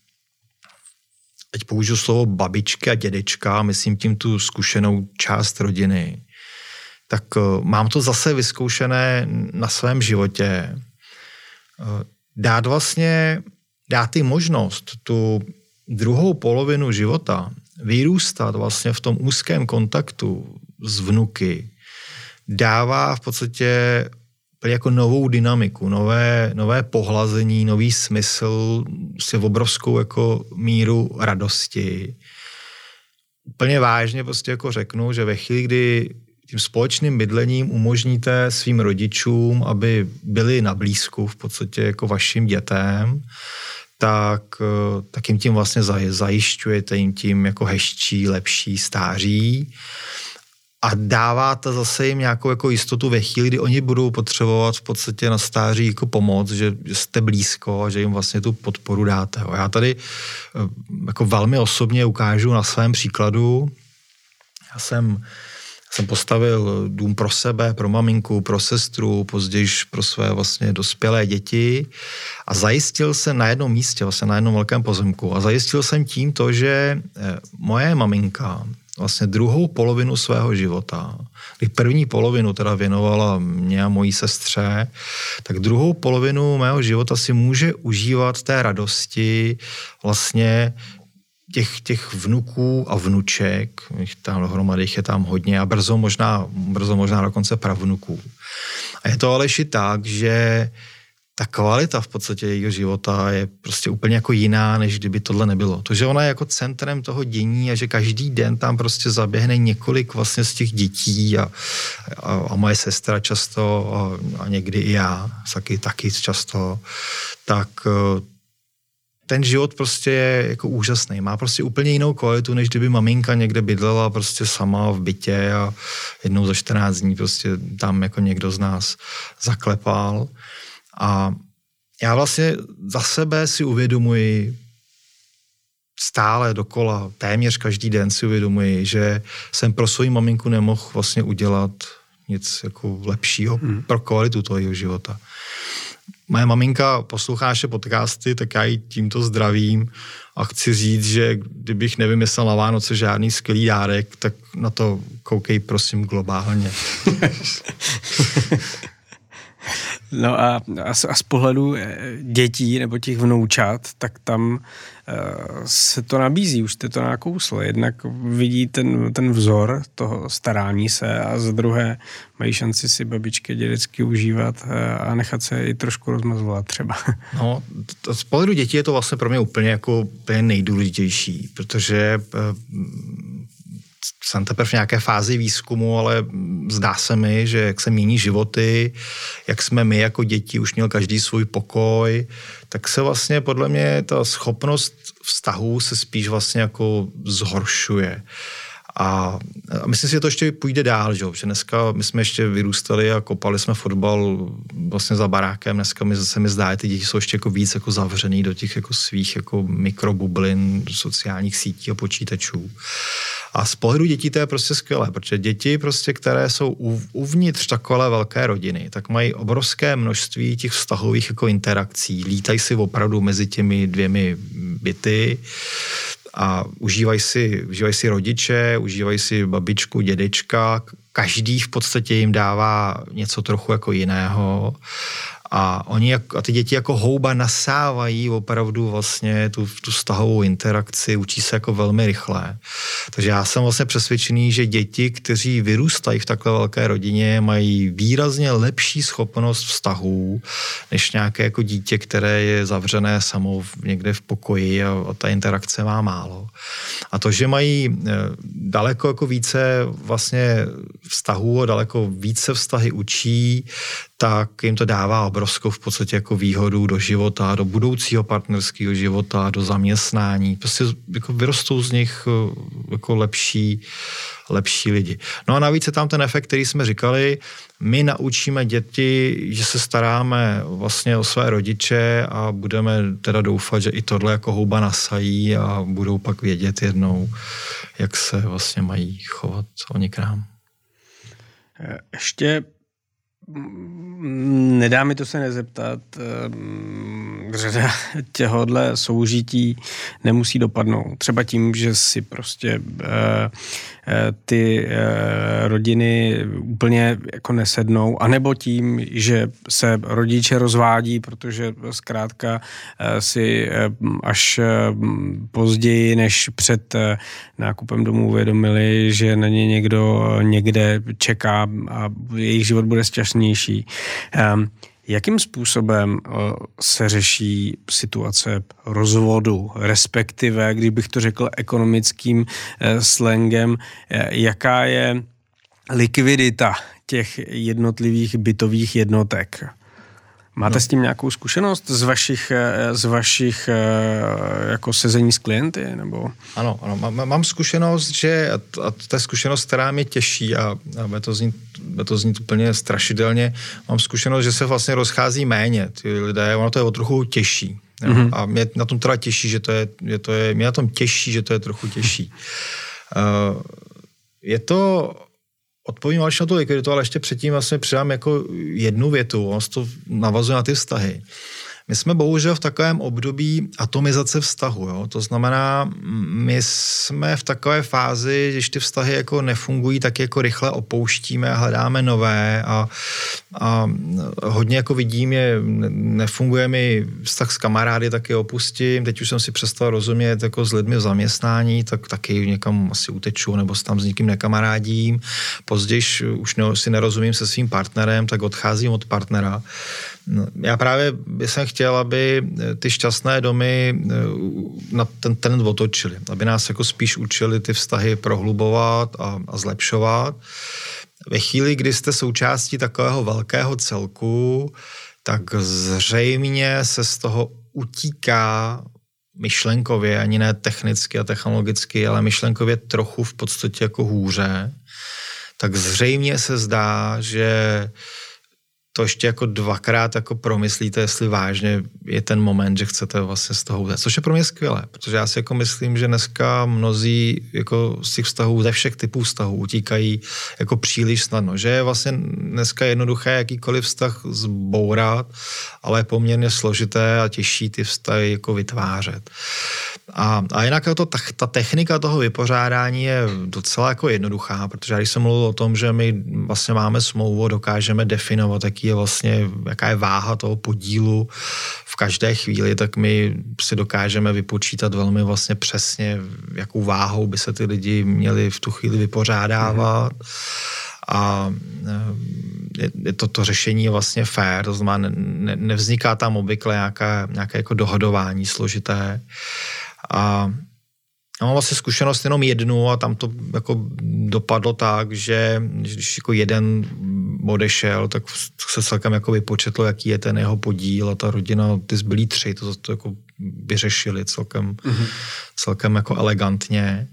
teď použiju slovo babičky a dědečka, myslím tím tu zkušenou část rodiny, tak mám to zase vyzkoušené na svém životě. Dát vlastně, dát ty možnost tu druhou polovinu života vyrůstat vlastně v tom úzkém kontaktu s vnuky, dává v podstatě jako novou dynamiku, nové, nové pohlazení, nový smysl, prostě obrovskou jako míru radosti. Úplně vážně prostě jako řeknu, že ve chvíli, kdy tím společným bydlením umožníte svým rodičům, aby byli na blízku v podstatě jako vašim dětem, tak, tak jim tím vlastně zajišťujete jim tím jako hezčí, lepší stáří a dáváte zase jim nějakou jako jistotu ve chvíli, kdy oni budou potřebovat v podstatě na stáří jako pomoc, že jste blízko a že jim vlastně tu podporu dáte. Já tady jako velmi osobně ukážu na svém příkladu. Já jsem jsem postavil dům pro sebe, pro maminku, pro sestru, později pro své vlastně dospělé děti a zajistil jsem na jednom místě, vlastně na jednom velkém pozemku a zajistil jsem tím to, že moje maminka vlastně druhou polovinu svého života, kdy první polovinu teda věnovala mě a mojí sestře, tak druhou polovinu mého života si může užívat té radosti vlastně těch, těch vnuků a vnuček, tam dohromady je tam hodně a brzo možná, brzo možná dokonce pravnuků. A je to ale i tak, že ta kvalita v podstatě jejího života je prostě úplně jako jiná, než kdyby tohle nebylo. To, že ona je jako centrem toho dění a že každý den tam prostě zaběhne několik vlastně z těch dětí a, a, a moje sestra často a, a někdy i já, taky, taky často, tak ten život prostě je jako úžasný. Má prostě úplně jinou kvalitu, než kdyby maminka někde bydlela prostě sama v bytě a jednou za čtrnáct dní prostě tam jako někdo z nás zaklepal. A já vlastně za sebe si uvědomuji stále dokola, téměř každý den si uvědomuji, že jsem pro svoji maminku nemohl vlastně udělat nic jako lepšího hmm. pro kvalitu toho života. Moje maminka poslouchá naše podcasty, tak já ji tímto zdravím a chci říct, že kdybych nevymyslel na Vánoce žádný skvělý dárek, tak na to koukej prosím globálně. No a, a, z, a z pohledu dětí nebo těch vnoučat, tak tam uh, se to nabízí, už jste to nakouslo. Jednak vidí ten, ten vzor toho starání se a za druhé mají šanci si babičky dědecky užívat uh, a nechat se i trošku rozmazovat třeba. No, to, z pohledu dětí je to vlastně pro mě úplně jako úplně nejdůležitější, protože uh, jsem teprve v nějaké fázi výzkumu, ale zdá se mi, že jak se mění životy, jak jsme my jako děti už měl každý svůj pokoj, tak se vlastně podle mě ta schopnost vztahů se spíš vlastně jako zhoršuje. A myslím si, že to ještě půjde dál, že dneska my jsme ještě vyrůstali a kopali jsme fotbal vlastně za barákem, dneska mi zase mi zdá, ty děti jsou ještě jako víc jako zavřený do těch jako svých jako mikrobublin, sociálních sítí a počítačů. A z pohledu dětí to je prostě skvělé, protože děti prostě, které jsou uvnitř takové velké rodiny, tak mají obrovské množství těch vztahových jako interakcí, lítají si opravdu mezi těmi dvěmi byty a užívají si, užívají si rodiče, užívají si babičku, dědečka, každý v podstatě jim dává něco trochu jako jiného a oni a ty děti jako houba nasávají opravdu vlastně tu, tu vztahovou interakci, učí se jako velmi rychle. Takže já jsem vlastně přesvědčený, že děti, kteří vyrůstají v takové velké rodině, mají výrazně lepší schopnost vztahů, než nějaké jako dítě, které je zavřené samo někde v pokoji a, a ta interakce má málo. A to, že mají daleko jako více vlastně vztahů a daleko více vztahy učí, tak jim to dává obrovskou v podstatě jako výhodu do života, do budoucího partnerského života, do zaměstnání. Prostě jako vyrostou z nich jako lepší, lepší lidi. No a navíc je tam ten efekt, který jsme říkali, my naučíme děti, že se staráme vlastně o své rodiče a budeme teda doufat, že i tohle jako houba nasají a budou pak vědět jednou, jak se vlastně mají chovat oni k nám. Ještě nedá mi to se nezeptat, řada těhohle soužití nemusí dopadnout. Třeba tím, že si prostě ty rodiny úplně jako nesednou, anebo tím, že se rodiče rozvádí, protože zkrátka si až později, než před nákupem domu uvědomili, že na ně někdo někde čeká a jejich život bude šťastný přínosnější. Um, Jakým způsobem se řeší situace rozvodu, respektive, kdybych to řekl ekonomickým slangem, jaká je likvidita těch jednotlivých bytových jednotek? Máte no. s tím nějakou zkušenost z vašich, z vašich jako sezení s klienty? Nebo? Ano, ano mám, mám zkušenost, že a to je zkušenost, která mě těší a, a bude to znít, bude to znít úplně strašidelně, mám zkušenost, že se vlastně rozchází méně ty lidé, ono to je o trochu těžší. Mm-hmm. A mě na tom teda těší, že to je, že to je, mě na tom těší, že to je trochu těžší. Uh, je to Odpovím ale na tu likviditu, ale ještě předtím vlastně přidám jako jednu větu, on to navazuje na ty vztahy. My jsme bohužel v takovém období atomizace vztahu, jo? To znamená, my jsme v takové fázi, když ty vztahy jako nefungují, tak jako rychle opouštíme a hledáme nové a, a hodně jako vidím, je, nefunguje mi vztah s kamarády, taky opustím, teď už jsem si přestal rozumět jako s lidmi v zaměstnání, tak taky někam asi uteču nebo se tam s nikým nekamarádím, později už ne, si nerozumím se svým partnerem, tak odcházím od partnera. No, já právě jsem chtěl, aby ty šťastné domy na ten trend otočili, aby nás jako spíš učili ty vztahy prohlubovat a, a zlepšovat. Ve chvíli, kdy jste součástí takového velkého celku, tak zřejmě se z toho utíká myšlenkově, ani ne technicky a technologicky, ale myšlenkově trochu v podstatě jako hůře. Tak zřejmě se zdá, že to ještě jako dvakrát jako promyslíte, jestli vážně je ten moment, že chcete vlastně z toho udělat. Což je pro mě skvělé, protože já si jako myslím, že dneska mnozí jako z těch vztahů, ze všech typů vztahů utíkají jako příliš snadno. Že je vlastně dneska jednoduché jakýkoliv vztah zbourat, ale je poměrně složité a těžší ty vztahy jako vytvářet. A, a jinak to, ta, ta technika toho vypořádání je docela jako jednoduchá, protože když jsem mluvil o tom, že my vlastně máme smlouvu, dokážeme definovat, jaký je vlastně, jaká je váha toho podílu v každé chvíli, tak my si dokážeme vypočítat velmi vlastně přesně, jakou váhou by se ty lidi měli v tu chvíli vypořádávat. Mm. A je to, to řešení je vlastně fair, to znamená, ne, nevzniká tam obvykle nějaké, nějaké jako dohodování složité. A mám vlastně zkušenost jenom jednu a tam to jako dopadlo tak, že když jako jeden odešel, tak se celkem jako vypočetlo, jaký je ten jeho podíl a ta rodina, ty zbylí tři, to, to jako vyřešili celkem, mm-hmm. celkem jako elegantně.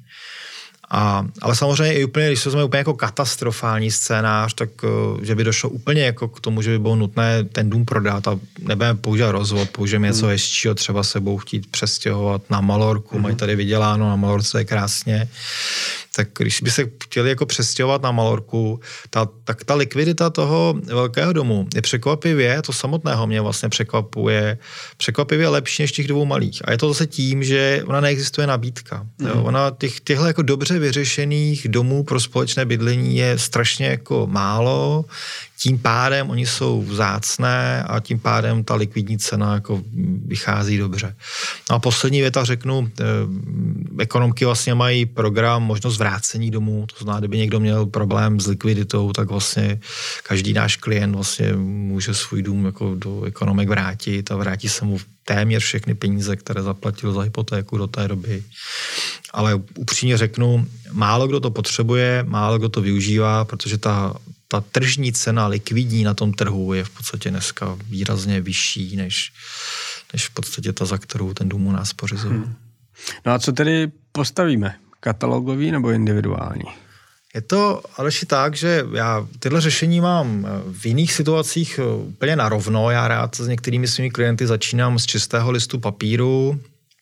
A, ale samozřejmě i úplně, když se vezme úplně jako katastrofální scénář, tak že by došlo úplně jako k tomu, že by bylo nutné ten dům prodat a nebudeme používat rozvod, použijeme něco mm. hezčího, třeba se budou chtít přestěhovat na Malorku, mm. mají tady vyděláno, na Malorce je krásně. Tak když by se chtěli jako přestěhovat na Malorku, ta, tak ta likvidita toho velkého domu je překvapivě, to samotného mě vlastně překvapuje, překvapivě lepší než těch dvou malých. A je to zase tím, že ona neexistuje nabídka. Mm. Jo? Ona těch, těchto jako dobře vyřešených domů pro společné bydlení je strašně jako málo, tím pádem oni jsou vzácné a tím pádem ta likvidní cena jako vychází dobře. No a poslední věta řeknu, eh, ekonomky vlastně mají program možnost vrácení domů, to znamená, kdyby někdo měl problém s likviditou, tak vlastně každý náš klient vlastně může svůj dům jako do ekonomek vrátit a vrátí se mu téměř všechny peníze, které zaplatil za hypotéku do té doby. Ale upřímně řeknu, málo kdo to potřebuje, málo kdo to využívá, protože ta ta tržní cena likvidní na tom trhu je v podstatě dneska výrazně vyšší, než, než v podstatě ta, za kterou ten dům u nás pořizuje. Hmm. No a co tedy postavíme? Katalogový nebo individuální? Je to Aleši tak, že já tyhle řešení mám v jiných situacích úplně narovno. Já rád s některými svými klienty začínám z čistého listu papíru.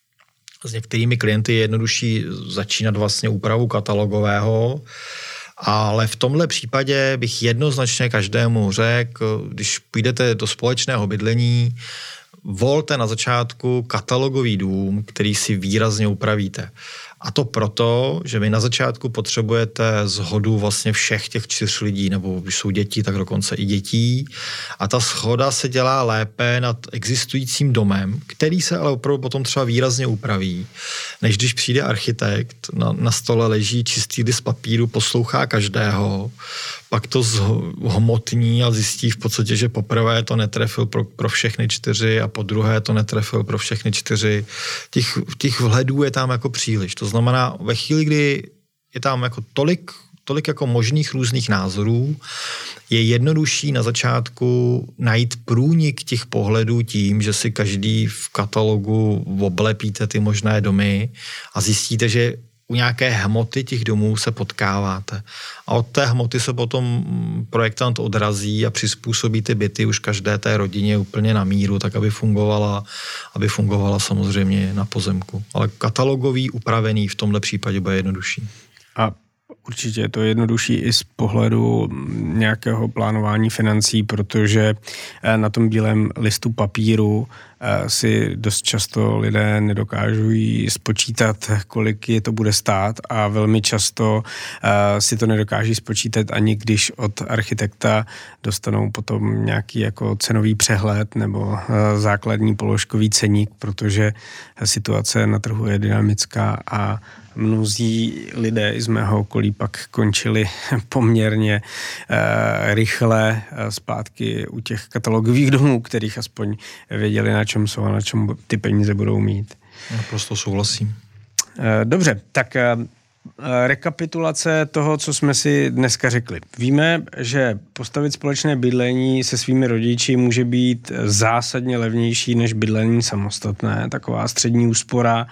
S některými klienty je jednodušší začínat vlastně úpravu katalogového. Ale v tomhle případě bych jednoznačně každému řekl, když půjdete do společného bydlení, volte na začátku katalogový dům, který si výrazně upravíte. A to proto, že vy na začátku potřebujete shodu vlastně všech těch čtyř lidí, nebo když jsou děti, tak dokonce i dětí. A ta shoda se dělá lépe nad existujícím domem, který se ale opravdu potom třeba výrazně upraví, než když přijde architekt, na, na stole leží čistý list papíru, poslouchá každého, pak to zhmotní a zjistí v podstatě, že poprvé to netrefil pro, pro všechny čtyři a po druhé to netrefil pro všechny čtyři. Těch, těch vhledů je tam jako příliš. To znamená, ve chvíli, kdy je tam jako tolik, tolik jako možných různých názorů, je jednodušší na začátku najít průnik těch pohledů tím, že si každý v katalogu oblepíte ty možné domy a zjistíte, že u nějaké hmoty těch domů se potkáváte. A od té hmoty se potom projektant odrazí a přizpůsobí ty byty už každé té rodině úplně na míru, tak aby fungovala, aby fungovala samozřejmě na pozemku. Ale katalogový, upravený v tomhle případě bude jednodušší. A určitě je to jednodušší i z pohledu nějakého plánování financí, protože na tom bílém listu papíru si dost často lidé nedokážou spočítat, kolik je to bude stát a velmi často si to nedokáží spočítat ani když od architekta dostanou potom nějaký jako cenový přehled nebo základní položkový ceník, protože situace na trhu je dynamická a mnozí lidé z mého okolí pak končili poměrně eh, rychle zpátky u těch katalogových domů, kterých aspoň věděli, na čem jsou a na čem ty peníze budou mít. Naprosto souhlasím. Eh, dobře, tak eh, rekapitulace toho, co jsme si dneska řekli. Víme, že postavit společné bydlení se svými rodiči může být zásadně levnější než bydlení samostatné. Taková střední úspora,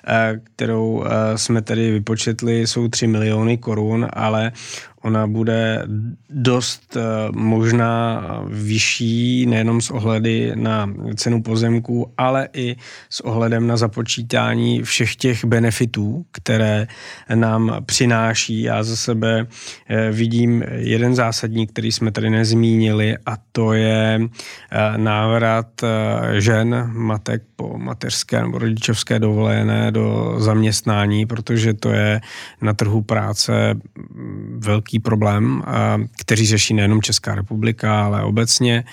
kterou jsme tady vypočetli, jsou tři miliony korun, ale ona bude dost možná vyšší, nejenom s ohledy na cenu pozemku, ale i s ohledem na započítání všech těch benefitů, které nám přináší. Já za sebe vidím jeden zásadní, který jsme tady nezmínili, a to je návrat žen, matek po mateřské nebo rodičovské dovolené do zaměstnání, protože to je na trhu práce velký problém, který řeší nejenom Česká republika, ale obecně.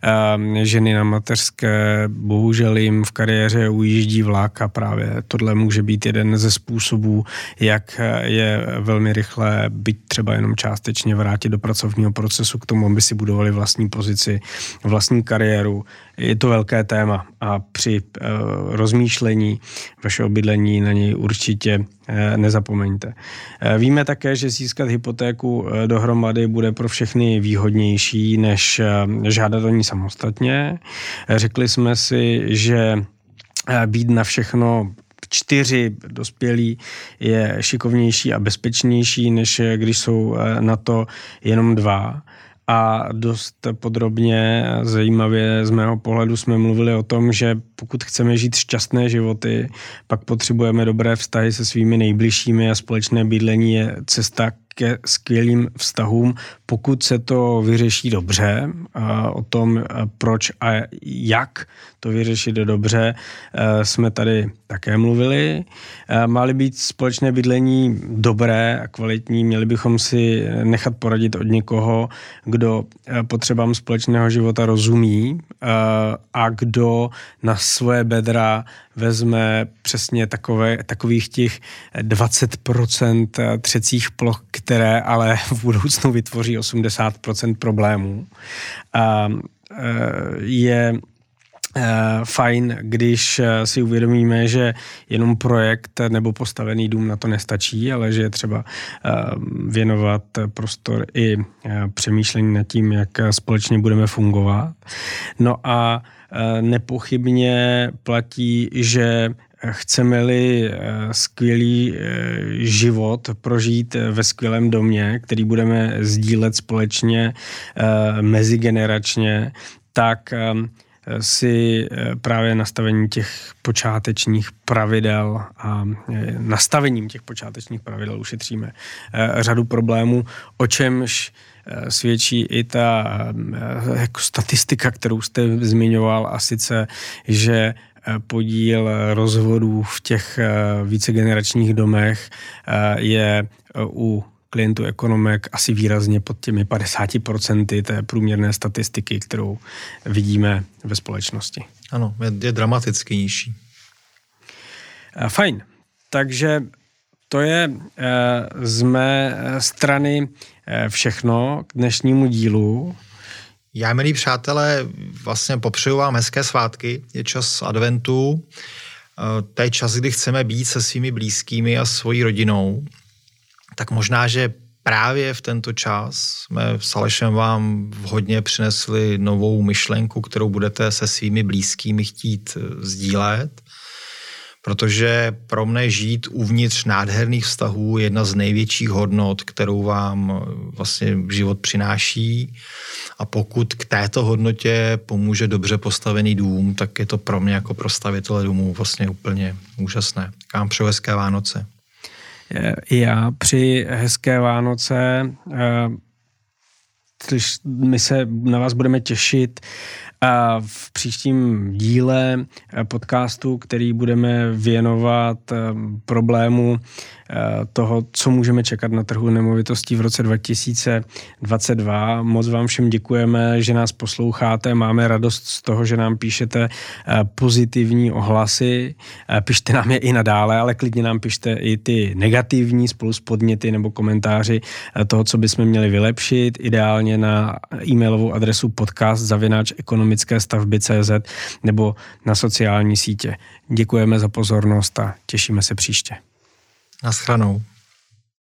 Ženy na mateřské, bohužel jim v kariéře ujíždí vlak a právě tohle může být jeden ze způsobů, jak je velmi rychle, byť třeba jenom částečně vrátit do pracovního procesu k tomu, aby si budovali vlastní pozici, vlastní kariéru. Je to velké téma a při uh, rozmýšlení vašeho bydlení na něj určitě uh, nezapomeňte. Uh, víme také, že získat hypotéku uh, dohromady bude pro všechny výhodnější, než uh, žádat o ní samostatně. Uh, řekli jsme si, že uh, být na všechno čtyři dospělí je šikovnější a bezpečnější, než když jsou na to jenom dva. A dost podrobně, zajímavě z mého pohledu jsme mluvili o tom, že pokud chceme žít šťastné životy, pak potřebujeme dobré vztahy se svými nejbližšími a společné bydlení je cesta ke skvělým vztahům, pokud se to vyřeší dobře. O tom, proč a jak to vyřešit dobře, jsme tady také mluvili. Má-li být společné bydlení dobré a kvalitní, měli bychom si nechat poradit od někoho, kdo potřebám společného života rozumí a kdo na svoje bedra vezme přesně takové, takových těch dvacet procent třecích ploch, které ale v budoucnu vytvoří osmdesát procent problémů. A je fajn, když si uvědomíme, že jenom projekt nebo postavený dům na to nestačí, ale že je třeba věnovat prostor i přemýšlení nad tím, jak společně budeme fungovat. No a nepochybně platí, že chceme-li skvělý život prožít ve skvělém domě, který budeme sdílet společně mezigeneračně, tak si právě nastavení těch počátečních pravidel a nastavením těch počátečních pravidel ušetříme řadu problémů, o čemž svědčí i ta jako statistika, kterou jste zmiňoval, a sice, že podíl rozvodů v těch vícegeneračních domech je u klientů ekonomek asi výrazně pod těmi padesáti procenty té průměrné statistiky, kterou vidíme ve společnosti. Ano, je, je dramaticky nižší. Fajn. Takže to je z mé strany všechno k dnešnímu dílu. Já, milí přátelé, vlastně popřeju vám hezké svátky. Je čas adventu. To je čas, kdy chceme být se svými blízkými a svojí rodinou. Tak možná, že právě v tento čas jsme s Alešem vám vhodně přinesli novou myšlenku, kterou budete se svými blízkými chtít sdílet. Protože pro mne žít uvnitř nádherných vztahů je jedna z největších hodnot, kterou vám vlastně život přináší. A pokud k této hodnotě pomůže dobře postavený dům, tak je to pro mě jako pro stavitele domů vlastně úplně úžasné. Tak vám přeju hezké Vánoce. Já při hezké Vánoce, my se na vás budeme těšit v příštím díle podcastu, který budeme věnovat problému toho, co můžeme čekat na trhu nemovitostí v roce dva tisíce dvacet dva. Moc vám všem děkujeme, že nás posloucháte. Máme radost z toho, že nám píšete pozitivní ohlasy. Pište nám je i nadále, ale klidně nám pište i ty negativní spolu s podněty nebo komentáři toho, co bychom měli vylepšit. Ideálně na e-mailovou adresu podcast zavináč ekonomické stavby tečka cé zet nebo na sociální sítě. Děkujeme za pozornost a těšíme se příště. Naschranou.